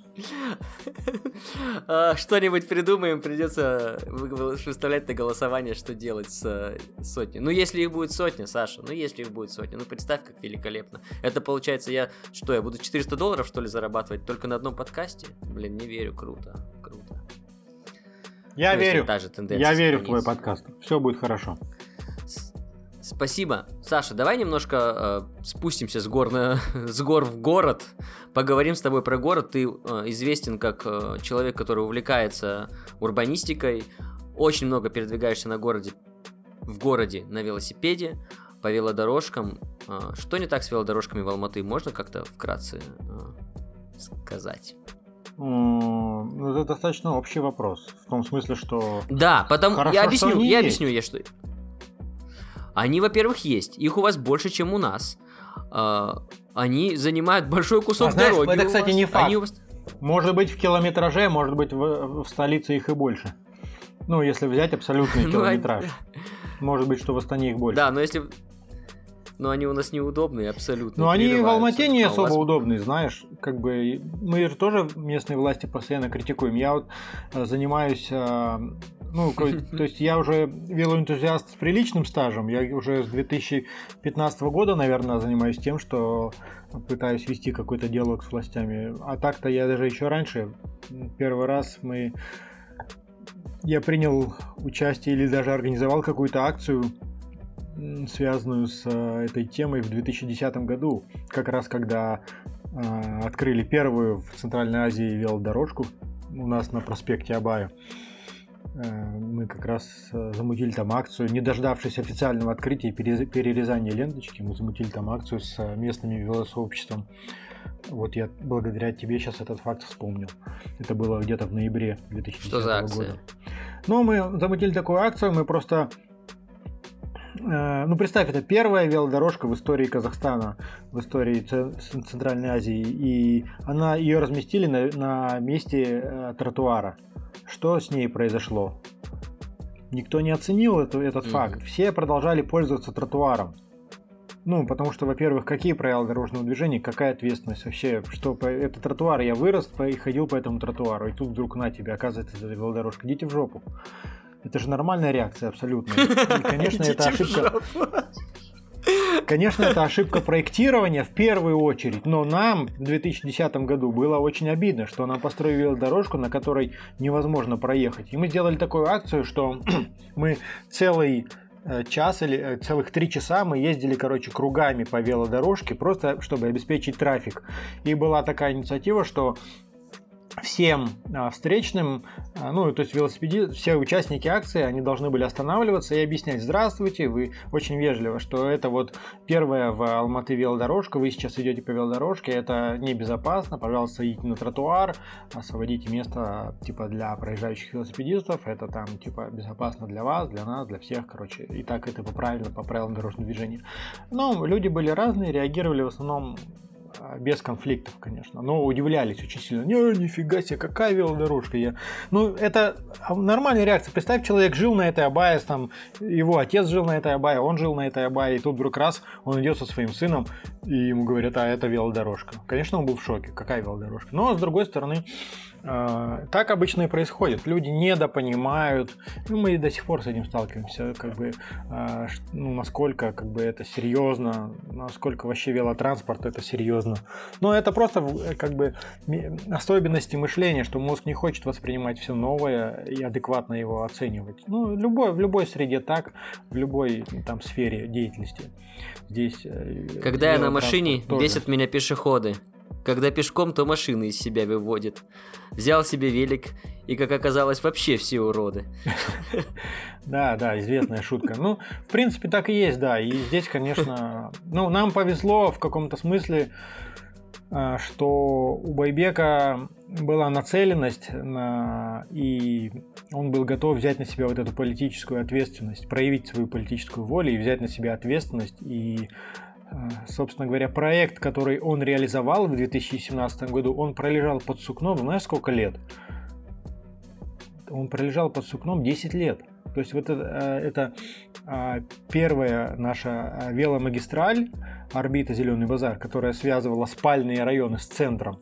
Что-нибудь придумаем, придется выставлять на голосование, что делать с сотней. Ну, если их будет сотня, Саша, ну, если их будет сотня, ну, представь, как великолепно. Это получается, я что, я буду четыреста долларов, что ли, зарабатывать только на одном подкасте? Блин, не верю, круто, круто. Я ну, верю, я верю в твой подкаст, все будет хорошо. Спасибо. Саша, давай немножко э, спустимся с гор, на, с гор в город, поговорим с тобой про город. Ты э, известен как э, человек, который увлекается урбанистикой, очень много передвигаешься на городе, в городе на велосипеде, по велодорожкам. Э, что не так с велодорожками в Алматы? Можно как-то вкратце э, сказать? Ну, это достаточно общий вопрос. В том смысле, что... Да, потом Хорошо, я объясню, я есть. объясню, я что... Они, во-первых, есть. Их у вас больше, чем у нас. А, они занимают большой кусок а, знаешь, дороги. Это, кстати, не факт. Они... Может быть, в километраже, может быть, в, в столице их и больше. Ну, если взять абсолютный километраж. Может быть, что в Астане их больше. Да, но если... Но они у нас неудобные, абсолютно. Ну, они в Алмате не особо вас... удобные, знаешь. Как бы мы же тоже местные власти постоянно критикуем. Я вот занимаюсь... Ну, то есть я уже велоэнтузиаст с приличным стажем. Я уже с две тысячи пятнадцатого года, наверное, занимаюсь тем, что пытаюсь вести какой-то диалог с властями. А так-то я даже еще раньше, первый раз мы... Я принял участие или даже организовал какую-то акцию, связанную с этой темой в две тысячи десятом году. Как раз когда э, открыли первую в Центральной Азии велодорожку у нас на проспекте Абая. Мы как раз замутили там акцию, не дождавшись официального открытия и перерезания ленточки, мы замутили там акцию с местным велосообществом. Вот я благодаря тебе сейчас этот факт вспомнил. Это было где-то в ноябре две тысячи десятого года. Ну, мы замутили такую акцию, мы просто... Ну, представь, это первая велодорожка в истории Казахстана, в истории Центральной Азии, и она, ее разместили на, на месте э, тротуара. Что с ней произошло? Никто не оценил это, этот mm-hmm. факт. Все продолжали пользоваться тротуаром. Ну, потому что, во-первых, какие правила дорожного движения, какая ответственность вообще, что по, это тротуар, я вырос и ходил по этому тротуару, и тут вдруг на тебе, оказывается, это велодорожка, идите в жопу. Это же нормальная реакция абсолютно. И, конечно, это ошибка. Конечно, это ошибка проектирования в первую очередь, но нам в две тысячи десятом году было очень обидно, что нам построили велодорожку, на которой невозможно проехать. И мы сделали такую акцию, что мы целый час или целых три часа мы ездили, короче, кругами по велодорожке, просто чтобы обеспечить трафик. И была такая инициатива, что всем а, встречным, а, ну, то есть велосипеди, все участники акции, они должны были останавливаться и объяснять: здравствуйте, вы очень вежливо, что это вот первая в Алматы велодорожка, вы сейчас идете по велодорожке, это небезопасно, пожалуйста, идите на тротуар, освободите место, типа, для проезжающих велосипедистов, это там, типа, безопасно для вас, для нас, для всех, короче, и так это по правилам, по правилам дорожного движения. Но люди были разные, реагировали в основном без конфликтов, конечно, но удивлялись очень сильно. Не, нифига себе, какая велодорожка. Я... Ну, это нормальная реакция. Представь, человек жил на этой Абае, там, его отец жил на этой Абае, он жил на этой Абае, и тут вдруг раз он идет со своим сыном, и ему говорят: а это велодорожка. Конечно, он был в шоке, какая велодорожка. Но, с другой стороны, так обычно и происходит. Люди недопонимают. Ну, мы до сих пор с этим сталкиваемся. Как бы, ну, насколько как бы, это серьезно, насколько вообще велотранспорт это серьезно. Но это просто как бы особенности мышления, что мозг не хочет воспринимать все новое и адекватно его оценивать. Ну, любой, в любой среде так, в любой там сфере деятельности. Здесь когда я на машине, тоже бесят меня пешеходы. Когда пешком, то машины из себя выводит. Взял себе велик, и, как оказалось, вообще все уроды. Да, да, известная шутка. Ну, в принципе, так и есть, да. И здесь, конечно, ну, нам повезло в каком-то смысле, что у Байбека была нацеленность, на... и он был готов взять на себя вот эту политическую ответственность, проявить свою политическую волю и взять на себя ответственность. И, собственно говоря, проект, который он реализовал в две тысячи семнадцатом году, он пролежал под сукном, знаешь, сколько лет? Он пролежал под сукном десять лет. То есть вот это, это первая наша веломагистраль, орбита Зеленый базар, которая связывала спальные районы с центром.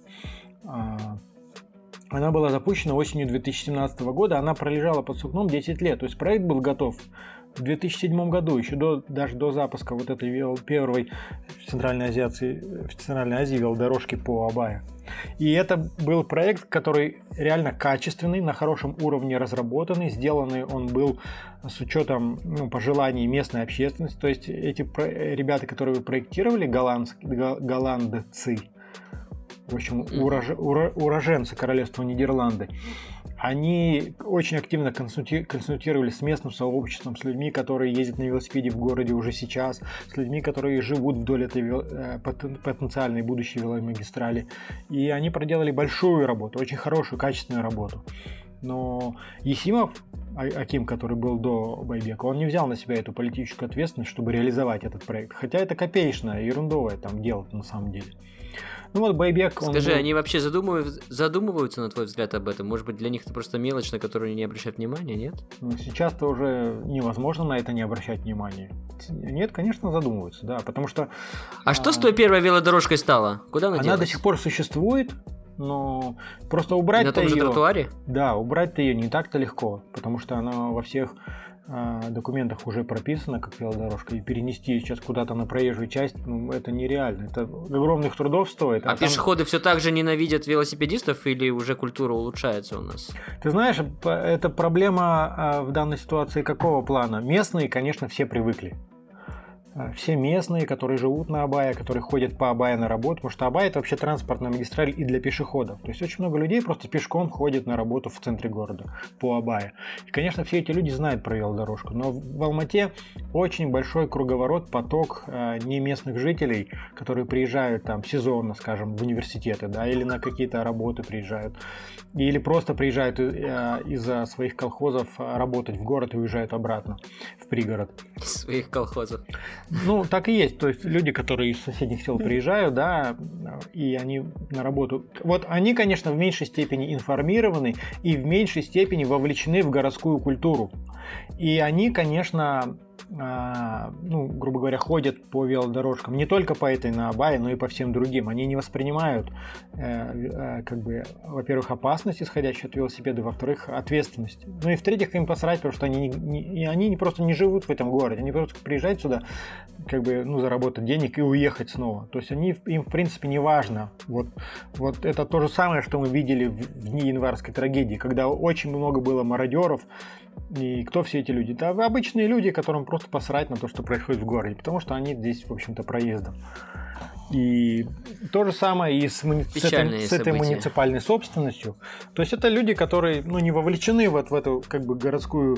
Она была запущена осенью две тысячи семнадцатого года, она пролежала под сукном десять лет. То есть проект был готов в две тысячи седьмом году, еще до, даже до запуска вот этой первой в Центральной Азии, в Центральной Азии велодорожки по Абае. И это был проект, который реально качественный, на хорошем уровне разработанный, сделанный он был с учетом, ну, пожеланий местной общественности. То есть эти ребята, которые вы проектировали, голландцы, голландцы, в общем, урож, уроженцы королевства Нидерланды, они очень активно консультировали с местным сообществом, с людьми, которые ездят на велосипеде в городе уже сейчас, с людьми, которые живут вдоль этой потенциальной будущей веломагистрали. И они проделали большую работу, очень хорошую, качественную работу. Но Есимов, Аким, который был до Байбека, он не взял на себя эту политическую ответственность, чтобы реализовать этот проект. Хотя это копеечное, ерундовое там дело на самом деле. Ну вот Байбек... Скажи, был... они вообще задумываются, задумываются, на твой взгляд, об этом? Может быть, для них это просто мелочь, на которую они не обращают внимания, нет? Ну, сейчас-то уже невозможно на это не обращать внимания. Нет, конечно, задумываются, да, потому что... А, а... что с той первой велодорожкой стало? Куда она, она делась? Она до сих пор существует, но просто убрать-то на том же ее... тротуаре? Да, убрать-то ее не так-то легко, потому что она во всех документах уже прописано как велодорожка, и перенести сейчас куда-то на проезжую часть, ну, это нереально, это огромных трудов стоит. А, а пешеходы там... все так же ненавидят велосипедистов, или уже культура улучшается у нас? Ты знаешь, это проблема в данной ситуации какого плана? Местные, конечно, все привыкли. Все местные, которые живут на Абае, которые ходят по Абае на работу, потому что Абай — это вообще транспортная магистраль и для пешеходов. То есть очень много людей просто пешком ходят на работу в центре города по Абае. И, конечно, все эти люди знают про велодорожку, но в Алмате очень большой круговорот, поток э, не местных жителей, которые приезжают там сезонно, скажем, в университеты, да, или на какие-то работы приезжают, или просто приезжают э, из-за своих колхозов работать в город и уезжают обратно в пригород. Своих колхозов. Ну, так и есть. То есть люди, которые из соседних сел приезжают, да, и они на работу... Вот они, конечно, в меньшей степени информированы и в меньшей степени вовлечены в городскую культуру. И они, конечно... ну, грубо говоря, ходят по велодорожкам не только по этой на Абае, но и по всем другим. Они не воспринимают, э, э, как бы, во-первых, опасность, исходящую от велосипеда, во-вторых, ответственность. Ну и в-третьих, им посрать, потому что они, не, они просто не живут в этом городе. Они просто приезжают сюда, как бы, ну, заработать денег и уехать снова. То есть они, им, в принципе, не важно. Вот, вот это то же самое, что мы видели в, в дни январской трагедии, когда очень много было мародеров. И кто все эти люди? Да, обычные люди, которым просто просто посрать на то, что происходит в городе, потому что они здесь, в общем-то, проездом. И то же самое и с, муни... с, этой, с этой муниципальной собственностью. То есть это люди, которые ну, не вовлечены вот в эту как бы, городскую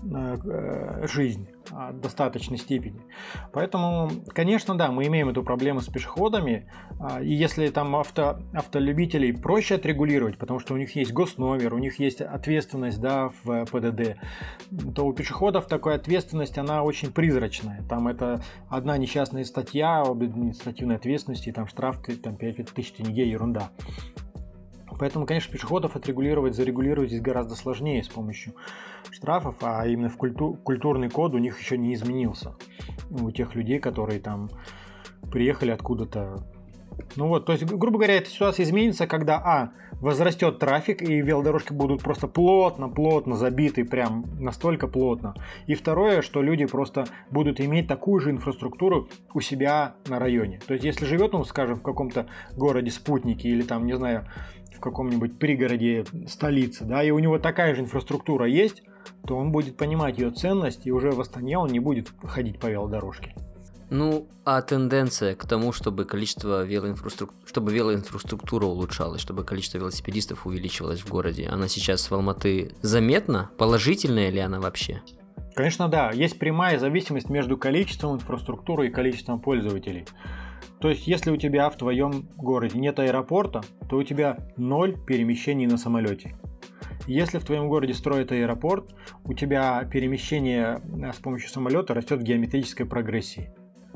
э, жизнь в достаточной степени. Поэтому, конечно, да, мы имеем эту проблему с пешеходами. И если там авто, автолюбителей проще отрегулировать, потому что у них есть госномер, у них есть ответственность да, в ПДД, то у пешеходов такая ответственность, она очень призрачная. Там это одна несчастная статья об административной ответственности, там штраф там, пять тысяч тенге, ерунда. Поэтому, конечно, пешеходов отрегулировать, зарегулировать здесь гораздо сложнее с помощью штрафов, а именно в культу- культурный код у них еще не изменился. У тех людей, которые там приехали откуда-то. Ну вот, то есть, грубо говоря, эта ситуация изменится, когда, а, возрастет трафик, и велодорожки будут просто плотно-плотно забиты, прям настолько плотно. И второе, что люди просто будут иметь такую же инфраструктуру у себя на районе. То есть, если живет он, скажем, в каком-то городе-спутнике или там, не знаю, в каком-нибудь пригороде столицы, да, и у него такая же инфраструктура есть, то он будет понимать ее ценность, и уже в Астане он не будет ходить по велодорожке. Ну, а тенденция к тому, чтобы количество велоинфраструктуры, чтобы велоинфраструктура улучшалась, чтобы количество велосипедистов увеличивалось в городе, она сейчас в Алматы заметна? Положительная ли она вообще? Конечно, да. Есть прямая зависимость между количеством инфраструктуры и количеством пользователей. То есть, если у тебя в твоем городе нет аэропорта, то у тебя ноль перемещений на самолете. Если в твоем городе строят аэропорт, у тебя перемещение с помощью самолета растет в геометрической прогрессии.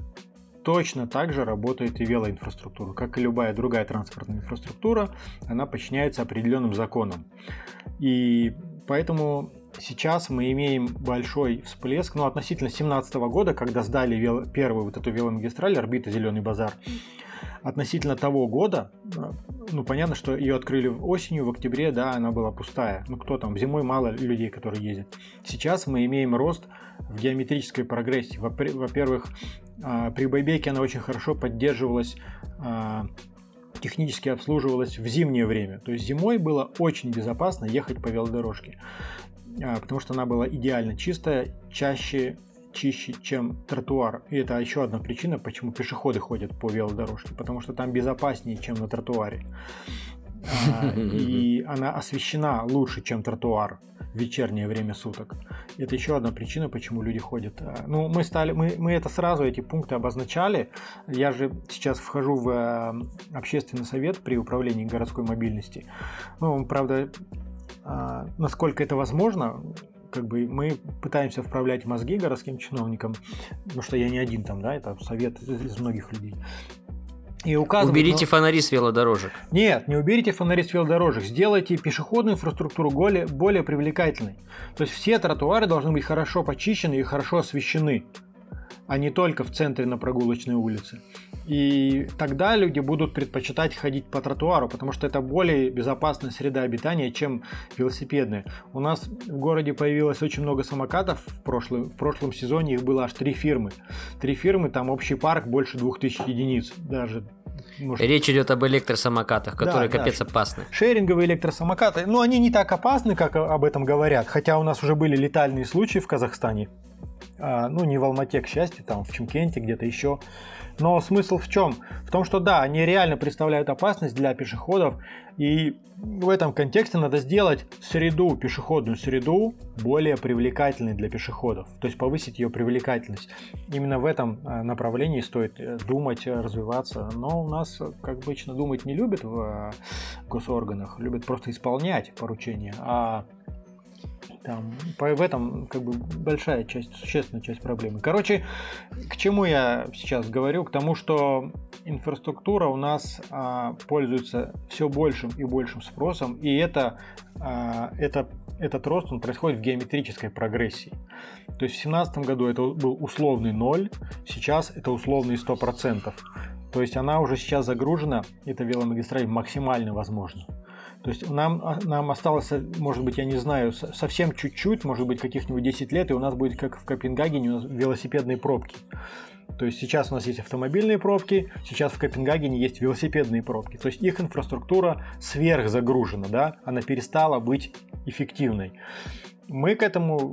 Точно так же работает и велоинфраструктура. Как и любая другая транспортная инфраструктура, она подчиняется определенным законам. И поэтому сейчас мы имеем большой всплеск, ну, относительно две тысячи семнадцатого года, когда сдали вело, первую вот эту веломагистраль, орбита Зеленый базар. Относительно того года, ну, понятно, что ее открыли осенью, в октябре, да, она была пустая. Ну, кто там, зимой мало людей, которые ездят. Сейчас мы имеем рост в геометрической прогрессии. Во-первых, при байбеке она очень хорошо поддерживалась, технически обслуживалась в зимнее время. То есть зимой было очень безопасно ехать по велодорожке, потому что она была идеально чистая, чаще чище, чем тротуар. И это еще одна причина, почему пешеходы ходят по велодорожке, потому что там безопаснее, чем на тротуаре. И она освещена лучше, чем тротуар в вечернее время суток. Это еще одна причина, почему люди ходят. Ну, мы стали, мы, мы это сразу, эти пункты обозначали. Я же сейчас вхожу в общественный совет при управлении городской мобильности. Ну, правда, насколько это возможно, как бы мы пытаемся вправлять мозги городским чиновникам, потому что я не один там, да, это совет из многих людей. И уберите ну... фонари с велодорожек. Нет, не уберите фонари с велодорожек. Сделайте пешеходную инфраструктуру более, более привлекательной. То есть все тротуары должны быть хорошо почищены и хорошо освещены, а не только в центре на прогулочной улице. И тогда люди будут предпочитать ходить по тротуару, потому что это более безопасная среда обитания, чем велосипедная. У нас в городе появилось очень много самокатов в прошлом, в прошлом сезоне, их было аж три фирмы. Три фирмы, там общий парк больше двух тысяч единиц. Даже, может... Речь идет об электросамокатах, которые да, капец да. опасны. Шеринговые электросамокаты, ну они не так опасны, как об этом говорят, хотя у нас уже были летальные случаи в Казахстане. А, ну, не в Алмате, к счастью, там в Чимкенте, где-то еще. Но смысл в чем? В том, что да, они реально представляют опасность для пешеходов, и в этом контексте надо сделать среду, пешеходную среду более привлекательной для пешеходов, то есть повысить ее привлекательность. Именно в этом направлении стоит думать, развиваться, но у нас, как обычно, думать не любят в госорганах, любят просто исполнять поручения, а там, в этом как бы большая часть, существенная часть проблемы. Короче, к чему я сейчас говорю? К тому, что инфраструктура у нас а, пользуется все большим и большим спросом, и это, а, это, этот рост он происходит в геометрической прогрессии. То есть в две тысячи семнадцатом году это был условный ноль, сейчас это условный сто процентов. То есть она уже сейчас загружена, эта веломагистраль максимально возможно. То есть нам, нам осталось, может быть, я не знаю, совсем чуть-чуть, может быть, каких-нибудь десять лет, и у нас будет, как в Копенгагене, у нас велосипедные пробки. То есть сейчас у нас есть автомобильные пробки, сейчас в Копенгагене есть велосипедные пробки. То есть их инфраструктура сверхзагружена, да, она перестала быть эффективной. Мы к этому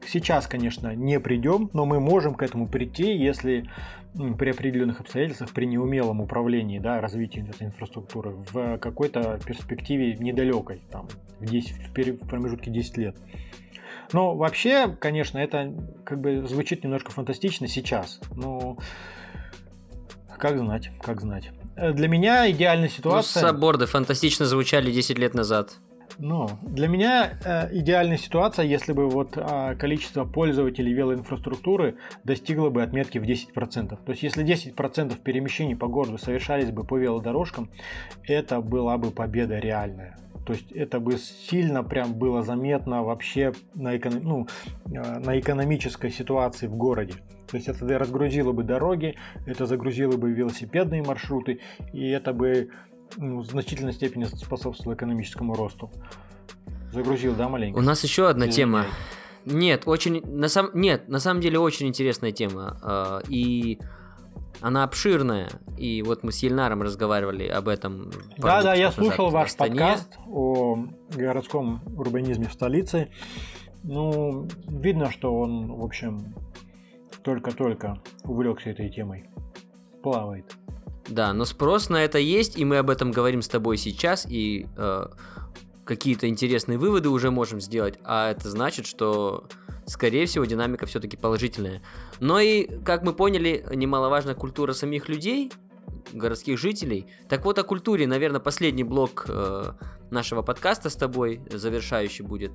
сейчас, конечно, не придем, но мы можем к этому прийти, если при определенных обстоятельствах, при неумелом управлении, да, развитием этой инфраструктуры в какой-то перспективе недалекой, там, в, десять, в промежутке десять лет. Но вообще, конечно, это как бы звучит немножко фантастично сейчас, но как знать, как знать. Для меня идеальная ситуация... Ну, сабборды фантастично звучали десять лет назад. Ну, для меня э, идеальная ситуация, если бы вот э, количество пользователей велоинфраструктуры достигло бы отметки в десять процентов. То есть, если десять процентов перемещений по городу совершались бы по велодорожкам, это была бы победа реальная. То есть, это бы сильно прям было заметно вообще на, эконом... ну, э, на экономической ситуации в городе. То есть, это разгрузило бы дороги, это загрузило бы велосипедные маршруты, и это бы... Ну, в значительной степени способствовал экономическому росту. Загрузил, да, маленько? У нас еще одна тема. Нет, очень, на сам, нет, на самом деле очень интересная тема. И она обширная. И вот мы с Ельнаром разговаривали об этом. Да, да, я слушал ваш подкаст о городском урбанизме в столице. Ну, видно, что он, в общем, только-только увлекся этой темой. Плавает. Да, но спрос на это есть, и мы об этом говорим с тобой сейчас, и э, какие-то интересные выводы уже можем сделать, а это значит, что, скорее всего, динамика все-таки положительная. Но и, как мы поняли, немаловажна культура самих людей, городских жителей. Так вот, о культуре, наверное, последний блок э, нашего подкаста с тобой, завершающий будет.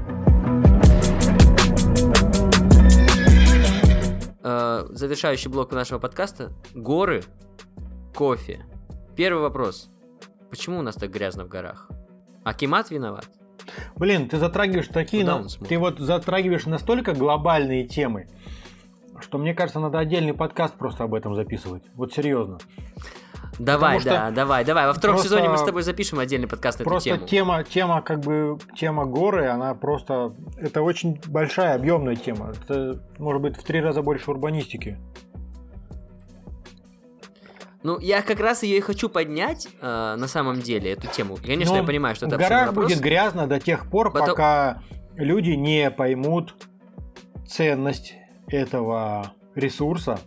Э, завершающий блок нашего подкаста – горы. Кофе. Первый вопрос. Почему у нас так грязно в горах? Акимат виноват? Блин, ты затрагиваешь такие... На... Ты вот затрагиваешь настолько глобальные темы, что мне кажется, надо отдельный подкаст просто об этом записывать. Вот серьезно. Давай, Потому да, давай, давай. Во втором просто... сезоне мы с тобой запишем отдельный подкаст на эту просто тему. Просто тема, тема, как бы, тема горы, она просто... Это очень большая, объемная тема. Это, может быть, в три раза больше урбанистики. Ну, я как раз ее и хочу поднять, э, на самом деле, эту тему. Конечно, Но я понимаю, что это обширный вопрос. В горах будет грязно до тех пор, Потом... пока люди не поймут ценность этого ресурса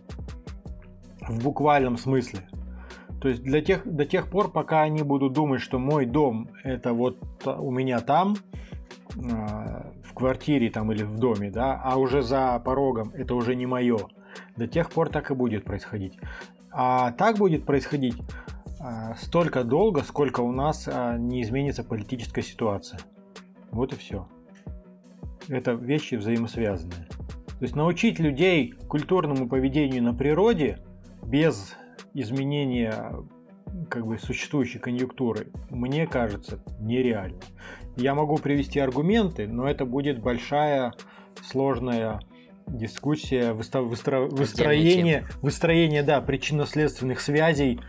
в буквальном смысле. То есть для тех, до тех пор, пока они будут думать, что мой дом это вот у меня там, э, в квартире там или в доме, да, а уже за порогом это уже не мое. До тех пор так и будет происходить. А так будет происходить а, столько долго, сколько у нас а, не изменится политическая ситуация. Вот и все. Это вещи взаимосвязанные. То есть научить людей культурному поведению на природе без изменения как бы существующей конъюнктуры, мне кажется, нереально. Я могу привести аргументы, но это будет большая, сложная дискуссия, выстро... Выстро... выстроение, выстроение, да, причинно-следственных связей.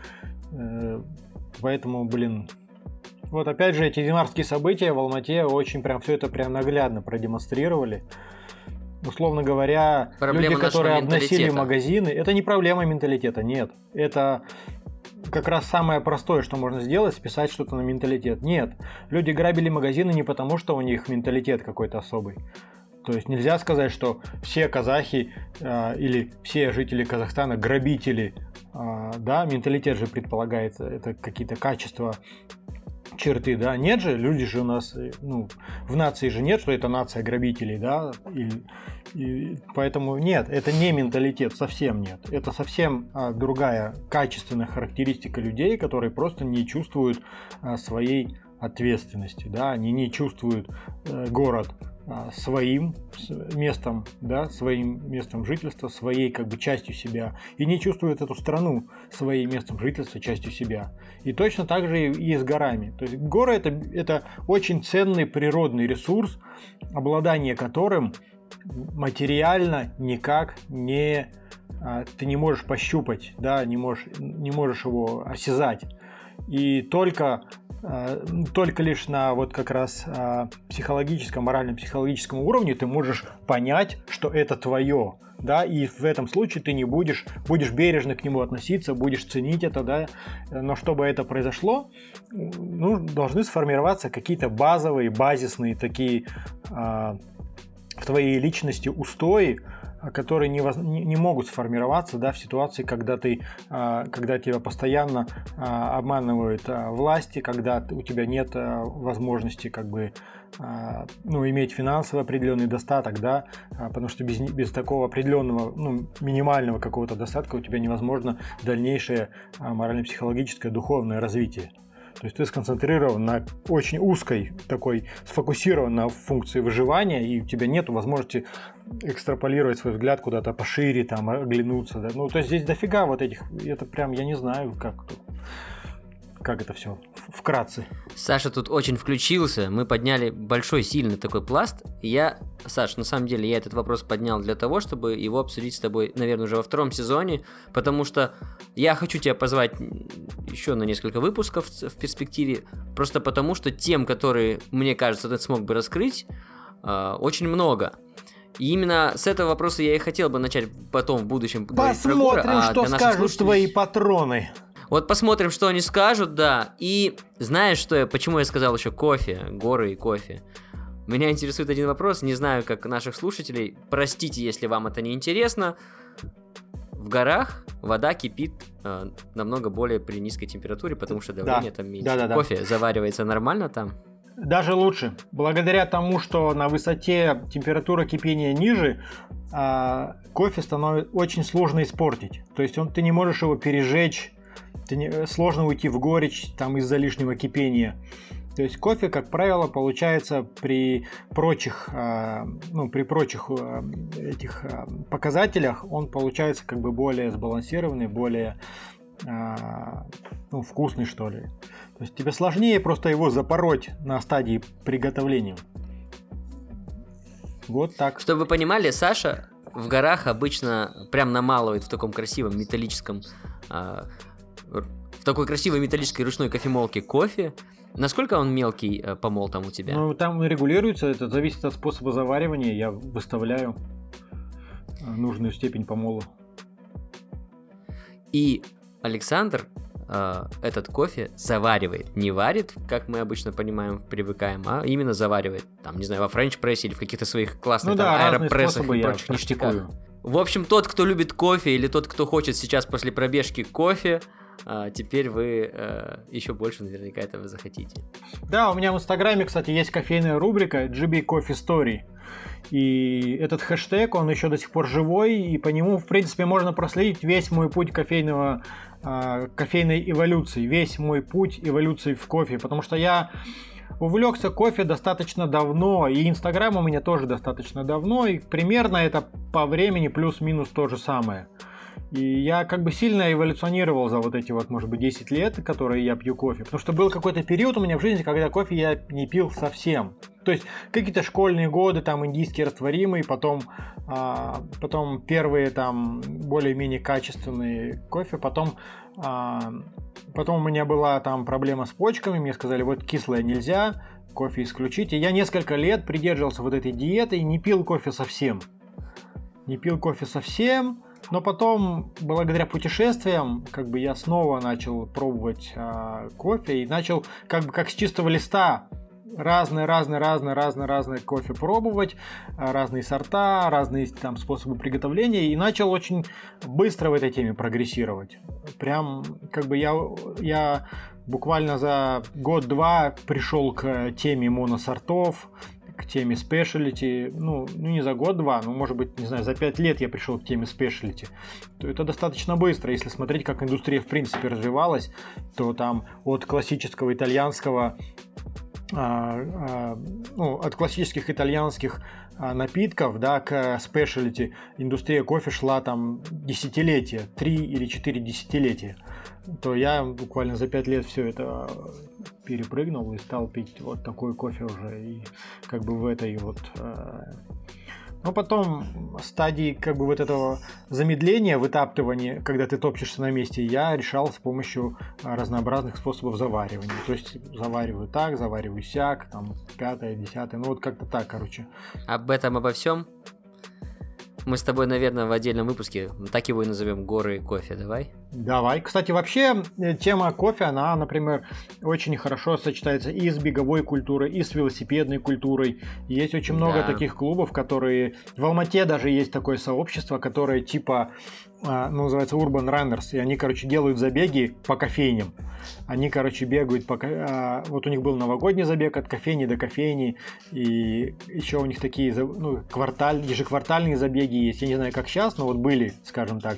Поэтому, блин, вот опять же эти январские события в Алмате очень прям все это прям наглядно продемонстрировали. Условно говоря, проблема люди, которые обносили магазины, это не проблема менталитета, нет. Это как раз самое простое, что можно сделать, списать что-то на менталитет. Нет, люди грабили магазины не потому, что у них менталитет какой-то особый. То есть нельзя сказать, что все казахи э, или все жители Казахстана грабители. Э, да, менталитет же предполагается, это какие-то качества, черты, да. Нет же, люди же у нас, ну, в нации же нет, что это нация грабителей, да. И, и, поэтому нет, это не менталитет, совсем нет. Это совсем а, другая качественная характеристика людей, которые просто не чувствуют а, своей ответственности, да. Они не чувствуют а, город своим местом, да, своим местом жительства, своей как бы частью себя, и не чувствует эту страну своим местом жительства, частью себя. И точно так же и с горами. То есть горы это, это очень ценный природный ресурс, обладание которым материально никак не ты не можешь пощупать, да, не можешь, не можешь его осязать. И только Только лишь на вот как раз психологическом, морально-психологическом уровне ты можешь понять, что это твое, да, и в этом случае ты не будешь, будешь бережно к нему относиться, будешь ценить это, да, но чтобы это произошло, ну, должны сформироваться какие-то базовые, базисные такие а, в твоей личности устои, которые не, воз, не, не могут сформироваться, да, в ситуации, когда, ты, когда тебя постоянно обманывают власти, когда у тебя нет возможности как бы, ну, иметь финансовый определенный достаток, да, потому что без, без такого определенного, ну, минимального какого-то достатка у тебя невозможно дальнейшее морально-психологическое, духовное развитие. То есть ты сконцентрирован на очень узкой, такой сфокусирован на функции выживания, и у тебя нет возможности экстраполировать свой взгляд куда-то пошире, там, оглянуться. Да? Ну, то есть здесь дофига вот этих, это прям, я не знаю, как тут. Как это все вкратце. Саша тут очень включился, мы подняли большой, сильный такой пласт. Я, Саш, на самом деле я этот вопрос поднял для того, чтобы его обсудить с тобой, наверное, уже во втором сезоне, потому что я хочу тебя позвать еще на несколько выпусков в перспективе, просто потому что тем, которые, мне кажется, ты смог бы раскрыть, очень много. И именно с этого вопроса я и хотел бы начать потом в будущем говорить про горы. Посмотрим, что скажут слушателей... твои патроны. Вот посмотрим, что они скажут, да. И знаешь, что я, почему я сказал еще кофе, горы и кофе? Меня интересует один вопрос, не знаю, как наших слушателей. Простите, если вам это не интересно. В горах вода кипит э, намного более при низкой температуре, потому что давление да. там меньше. Да, да, да. Кофе заваривается нормально там? Даже лучше. Благодаря тому, что на высоте температура кипения ниже, э, кофе становится очень сложно испортить. То есть он, ты не можешь его пережечь. Не, сложно уйти в горечь там, из-за лишнего кипения. То есть кофе, как правило, получается при прочих, э, ну, при прочих э, этих э, показателях, он получается как бы более сбалансированный, более э, ну, вкусный, что ли. То есть тебе сложнее просто его запороть на стадии приготовления. Вот так. Чтобы вы понимали, Саша в горах обычно прям намалывает в таком красивом металлическом э, в такой красивой металлической ручной кофемолке кофе. Насколько он мелкий э, помол там у тебя? Ну, там регулируется, это зависит от способа заваривания. Я выставляю нужную степень помола. И Александр э, этот кофе заваривает. Не варит, как мы обычно понимаем, привыкаем, а именно заваривает. Там, не знаю, во френч-прессе или в каких-то своих классных ну, да, там, аэропрессах и прочих ништяках. В общем, тот, кто любит кофе, или тот, кто хочет сейчас после пробежки кофе, а, теперь вы а, еще больше наверняка этого захотите. Да, у меня в Инстаграме, кстати, есть кофейная рубрика джи би Coffee Story. И этот хэштег, он еще до сих пор живой, и по нему, в принципе, можно проследить весь мой путь кофейного, а, кофейной эволюции, весь мой путь эволюции в кофе, потому что я увлекся кофе достаточно давно, и Инстаграм у меня тоже достаточно давно, и примерно это по времени плюс-минус то же самое. И я как бы сильно эволюционировал за вот эти вот, может быть, десять лет, которые я пью кофе. Потому что был какой-то период у меня в жизни, когда кофе я не пил совсем. То есть какие-то школьные годы, там индийский растворимый, потом, а, потом первые там более-менее качественные кофе, потом, а, потом у меня была там проблема с почками, мне сказали, вот кислое нельзя, кофе исключить. И я несколько лет придерживался вот этой диеты и не пил кофе совсем. Не пил кофе совсем. Но потом, благодаря путешествиям, как бы я снова начал пробовать э, кофе и начал как бы как с чистого листа разные, разные, разные, разные, разные кофе пробовать, э, разные сорта, разные там способы приготовления и начал очень быстро в этой теме прогрессировать. Прям как бы я, я буквально за год-два пришел к теме моносортов, к теме спешиалити, ну, ну не за год-два, но может быть, не знаю, за пять лет я пришел к теме спешиалити, то это достаточно быстро. Если смотреть, как индустрия в принципе развивалась, то там от классического итальянского, а, а, ну, от классических итальянских а, напитков, да, к спешиалити индустрия кофе шла там десятилетия, три или четыре десятилетия. То я буквально за пять лет все это перепрыгнул и стал пить вот такой кофе уже и как бы в этой вот. Но потом стадии как бы вот этого замедления, вытаптывания, когда ты топчешься на месте, я решал с помощью разнообразных способов заваривания. То есть завариваю так, завариваю сяк, там пятое, десятое, ну вот как-то так, короче. Об этом, обо всем мы с тобой, наверное, в отдельном выпуске, так его и назовем, горы и кофе, давай? Давай. Кстати, вообще тема кофе, она, например, очень хорошо сочетается и с беговой культурой, и с велосипедной культурой. Есть очень много да. таких клубов, которые... В Алмате даже есть такое сообщество, которое типа, ну, называется Urban Runners, и они, короче, делают забеги по кофейням. Они, короче, бегают по... Вот у них был новогодний забег от кофейни до кофейни, и еще у них такие, ну, кварталь... ежеквартальные забеги есть. Я не знаю, как сейчас, но вот были, скажем так,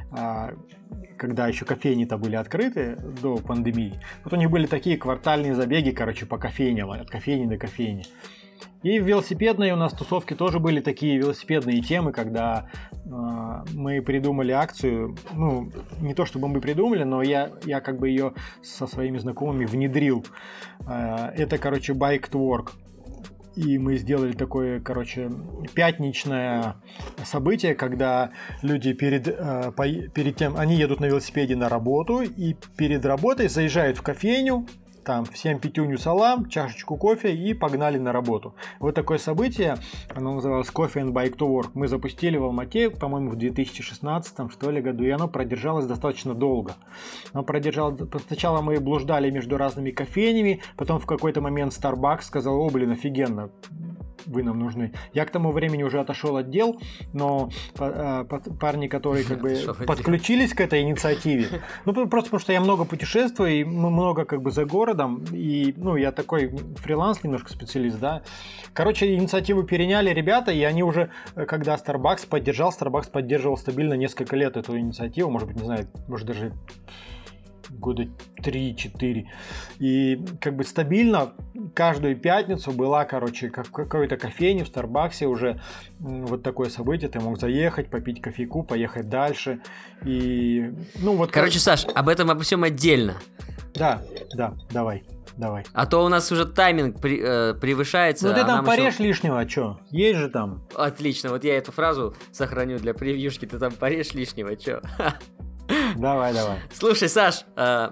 когда еще кофейни-то были открыты до пандемии. Вот у них были такие квартальные забеги, короче, по кофейням, от кофейни до кофейни. И в велосипедной у нас тусовки тоже были такие велосипедные темы, когда э, мы придумали акцию, ну, не то чтобы мы придумали, но я, я как бы ее со своими знакомыми внедрил. Э, это, короче, Bike to Work. И мы сделали такое, короче, пятничное событие, когда люди перед, э, по, перед тем, они едут на велосипеде на работу, и перед работой заезжают в кофейню, там всем пятюню салам, чашечку кофе и погнали на работу. Вот такое событие, оно называлось Coffee and Bike to Work. Мы запустили в Алмате, по-моему, в две тысячи шестнадцатом, что ли, году, и оно продержалось достаточно долго. Оно продержалось... Сначала мы блуждали между разными кофейнями, потом в какой-то момент Starbucks сказал: о, блин, офигенно, вы нам нужны. Я к тому времени уже отошел от дел, но парни, которые как бы подключились к этой инициативе, ну просто потому что я много путешествую и много как бы за городом, и ну я такой фриланс немножко специалист, да. Короче, инициативу переняли ребята, и они уже, когда Starbucks поддержал, Starbucks поддерживал стабильно несколько лет эту инициативу, может быть, не знаю, может даже года три-четыре. И как бы стабильно каждую пятницу была, короче, как в какой-то кофейне, в Старбаксе уже вот такое событие. Ты мог заехать, попить кофейку, поехать дальше. И, ну, вот короче, как... Саш, об этом обо всем отдельно. Да, да, давай. Давай. А то у нас уже тайминг при, э, превышается. Ну ты а там порежь еще... лишнего, а чё? Есть же там. Отлично, вот я эту фразу сохраню для превьюшки. Ты там порежь лишнего, чё? Давай, давай. Слушай, Саш, э...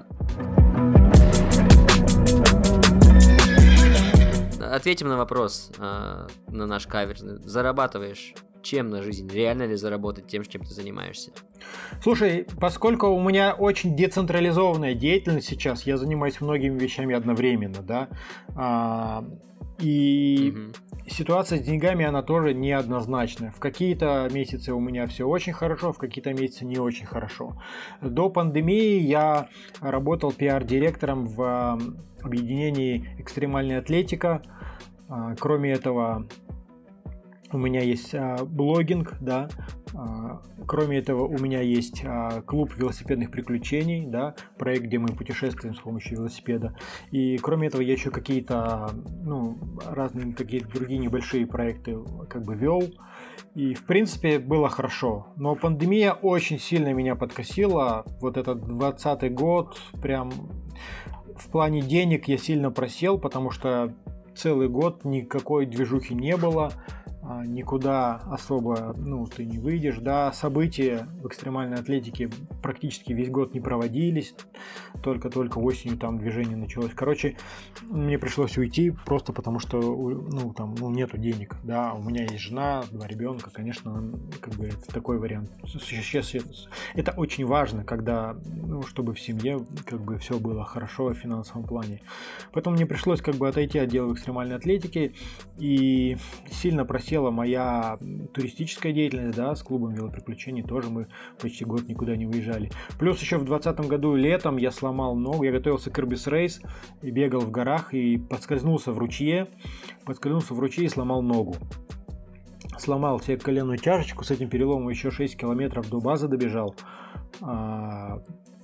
ответим на вопрос, э, на наш каверзный. Зарабатываешь чем на жизнь? Реально ли заработать тем, чем ты занимаешься? Слушай, поскольку у меня очень децентрализованная деятельность сейчас, я занимаюсь многими вещами одновременно, да, а, и угу. ситуация с деньгами, она тоже неоднозначная. В какие-то месяцы у меня все очень хорошо, в какие-то месяцы не очень хорошо. До пандемии я работал пиар-директором в объединении «Экстремальная атлетика». Кроме этого, у меня есть а, блогинг, да. А, кроме этого, у меня есть а, клуб велосипедных приключений, да, проект, где мы путешествуем с помощью велосипеда. И кроме этого, я еще какие-то, ну, разные какие-то другие небольшие проекты как бы вел. И, в принципе, было хорошо. Но пандемия очень сильно меня подкосила. Вот этот двадцатый год, прям в плане денег я сильно просел, потому что целый год никакой движухи не было. Никуда особо, ну, ты не выйдешь, да, события в экстремальной атлетике практически весь год не проводились, только-только осенью там движение началось. Короче, мне пришлось уйти просто потому, что, ну, там, ну, нету денег, да, у меня есть жена, два ребенка, конечно, как бы это такой вариант. Сейчас это очень важно, когда, ну, чтобы в семье как бы все было хорошо в финансовом плане. Поэтому мне пришлось как бы отойти от дела в экстремальной атлетике и сильно просил моя туристическая деятельность, да, с клубом велоприключений тоже мы почти год никуда не выезжали. Плюс еще в двадцатом году летом я сломал ногу, я готовился к Ирбис Рейс и бегал в горах и подскользнулся в ручье, подскользнулся в ручье и сломал ногу. Сломал себе коленную чашечку, с этим переломом еще шесть километров до базы добежал. А,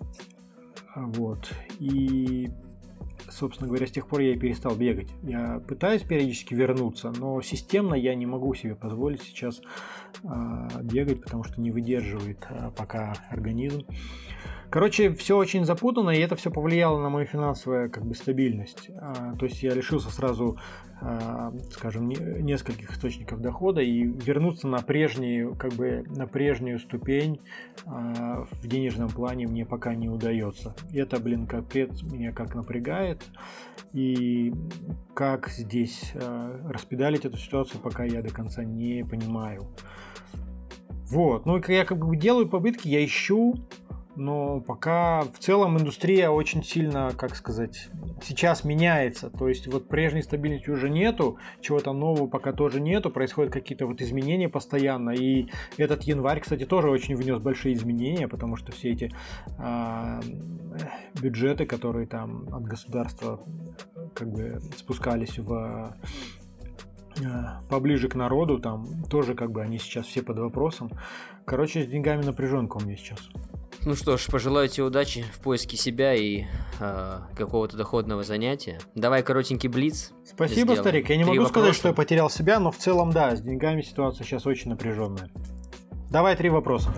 вот. И собственно говоря, с тех пор я и перестал бегать. Я пытаюсь периодически вернуться, но системно я не могу себе позволить сейчас э, бегать, потому что не выдерживает э, пока организм. Короче, все очень запутанно, и это все повлияло на мою финансовую как бы стабильность. А, то есть я лишился сразу, а, скажем, не, нескольких источников дохода, и вернуться на прежнюю, как бы на прежнюю ступень а, в денежном плане мне пока не удается. И это, блин, капец меня как напрягает. И как здесь а, распедалить эту ситуацию, пока я до конца не понимаю. Вот, ну я как бы делаю попытки, я ищу Но пока в целом индустрия очень сильно, как сказать, сейчас меняется. То есть вот прежней стабильности уже нету, чего-то нового пока тоже нету, происходят какие-то вот изменения постоянно. И этот январь, кстати, тоже очень внес большие изменения, потому что все эти э, бюджеты, которые там от государства как бы спускались в поближе к народу, там тоже как бы они сейчас все под вопросом. Короче, с деньгами напряженка у меня сейчас. Ну что ж, пожелаю тебе удачи в поиске себя и э, какого-то доходного занятия. Давай коротенький блиц. Спасибо, сделаем. Старик. Я не Три могу вопроса. сказать, что я потерял себя, но в целом да, с деньгами ситуация сейчас очень напряженная. Давай три вопроса.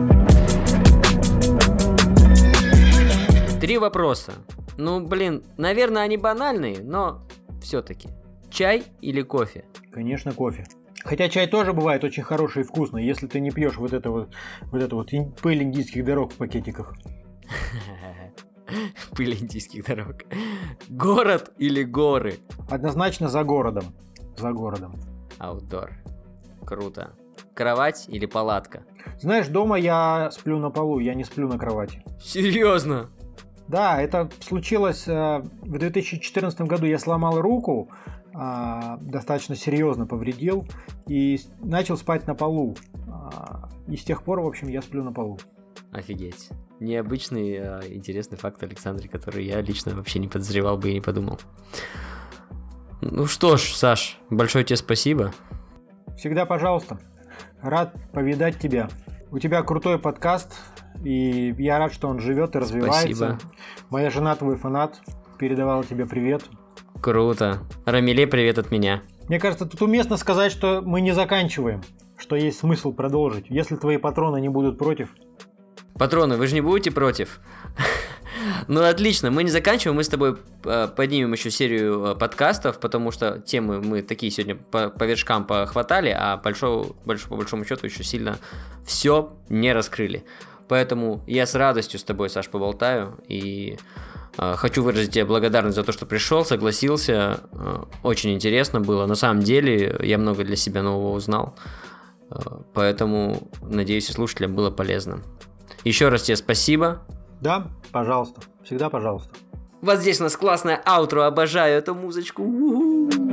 Три вопроса. Ну, блин, наверное, они банальные, но все-таки. Чай или кофе? Конечно, кофе. Хотя чай тоже бывает очень хороший и вкусный, если ты не пьешь вот это вот, вот, это вот пыль индийских дорог в пакетиках. Пыль индийских дорог. Город или горы? Однозначно за городом. За городом. Аутдор. Круто. Кровать или палатка? Знаешь, дома я сплю на полу, я не сплю на кровати. Серьезно? Да, это случилось в две тысячи четырнадцатом году. Я сломал руку, достаточно серьезно повредил и начал спать на полу. И с тех пор, в общем, я сплю на полу. Офигеть. Необычный, интересный факт, Александр, который я лично вообще не подозревал бы и не подумал. Ну что ж, Саш, большое тебе спасибо. Всегда пожалуйста. Рад повидать тебя. У тебя крутой подкаст, и я рад, что он живет и развивается. Спасибо. Моя жена твой фанат, передавала тебе привет. Круто. Рамиле, привет от меня. Мне кажется, тут уместно сказать, что мы не заканчиваем, что есть смысл продолжить, если твои патроны не будут против. Патроны, вы же не будете против? Ну, отлично, мы не заканчиваем, мы с тобой поднимем еще серию подкастов, потому что темы мы такие сегодня по, по вершкам похватали, а большого, больш, по большому счету еще сильно все не раскрыли. Поэтому я с радостью с тобой, Саш, поболтаю, и э, хочу выразить тебе благодарность за то, что пришел, согласился, э, очень интересно было, на самом деле я много для себя нового узнал, э, поэтому, надеюсь, и слушателям было полезно. Еще раз тебе спасибо. Да, пожалуйста, всегда пожалуйста. Вот здесь у нас классное аутро, обожаю эту музычку. У-у-у.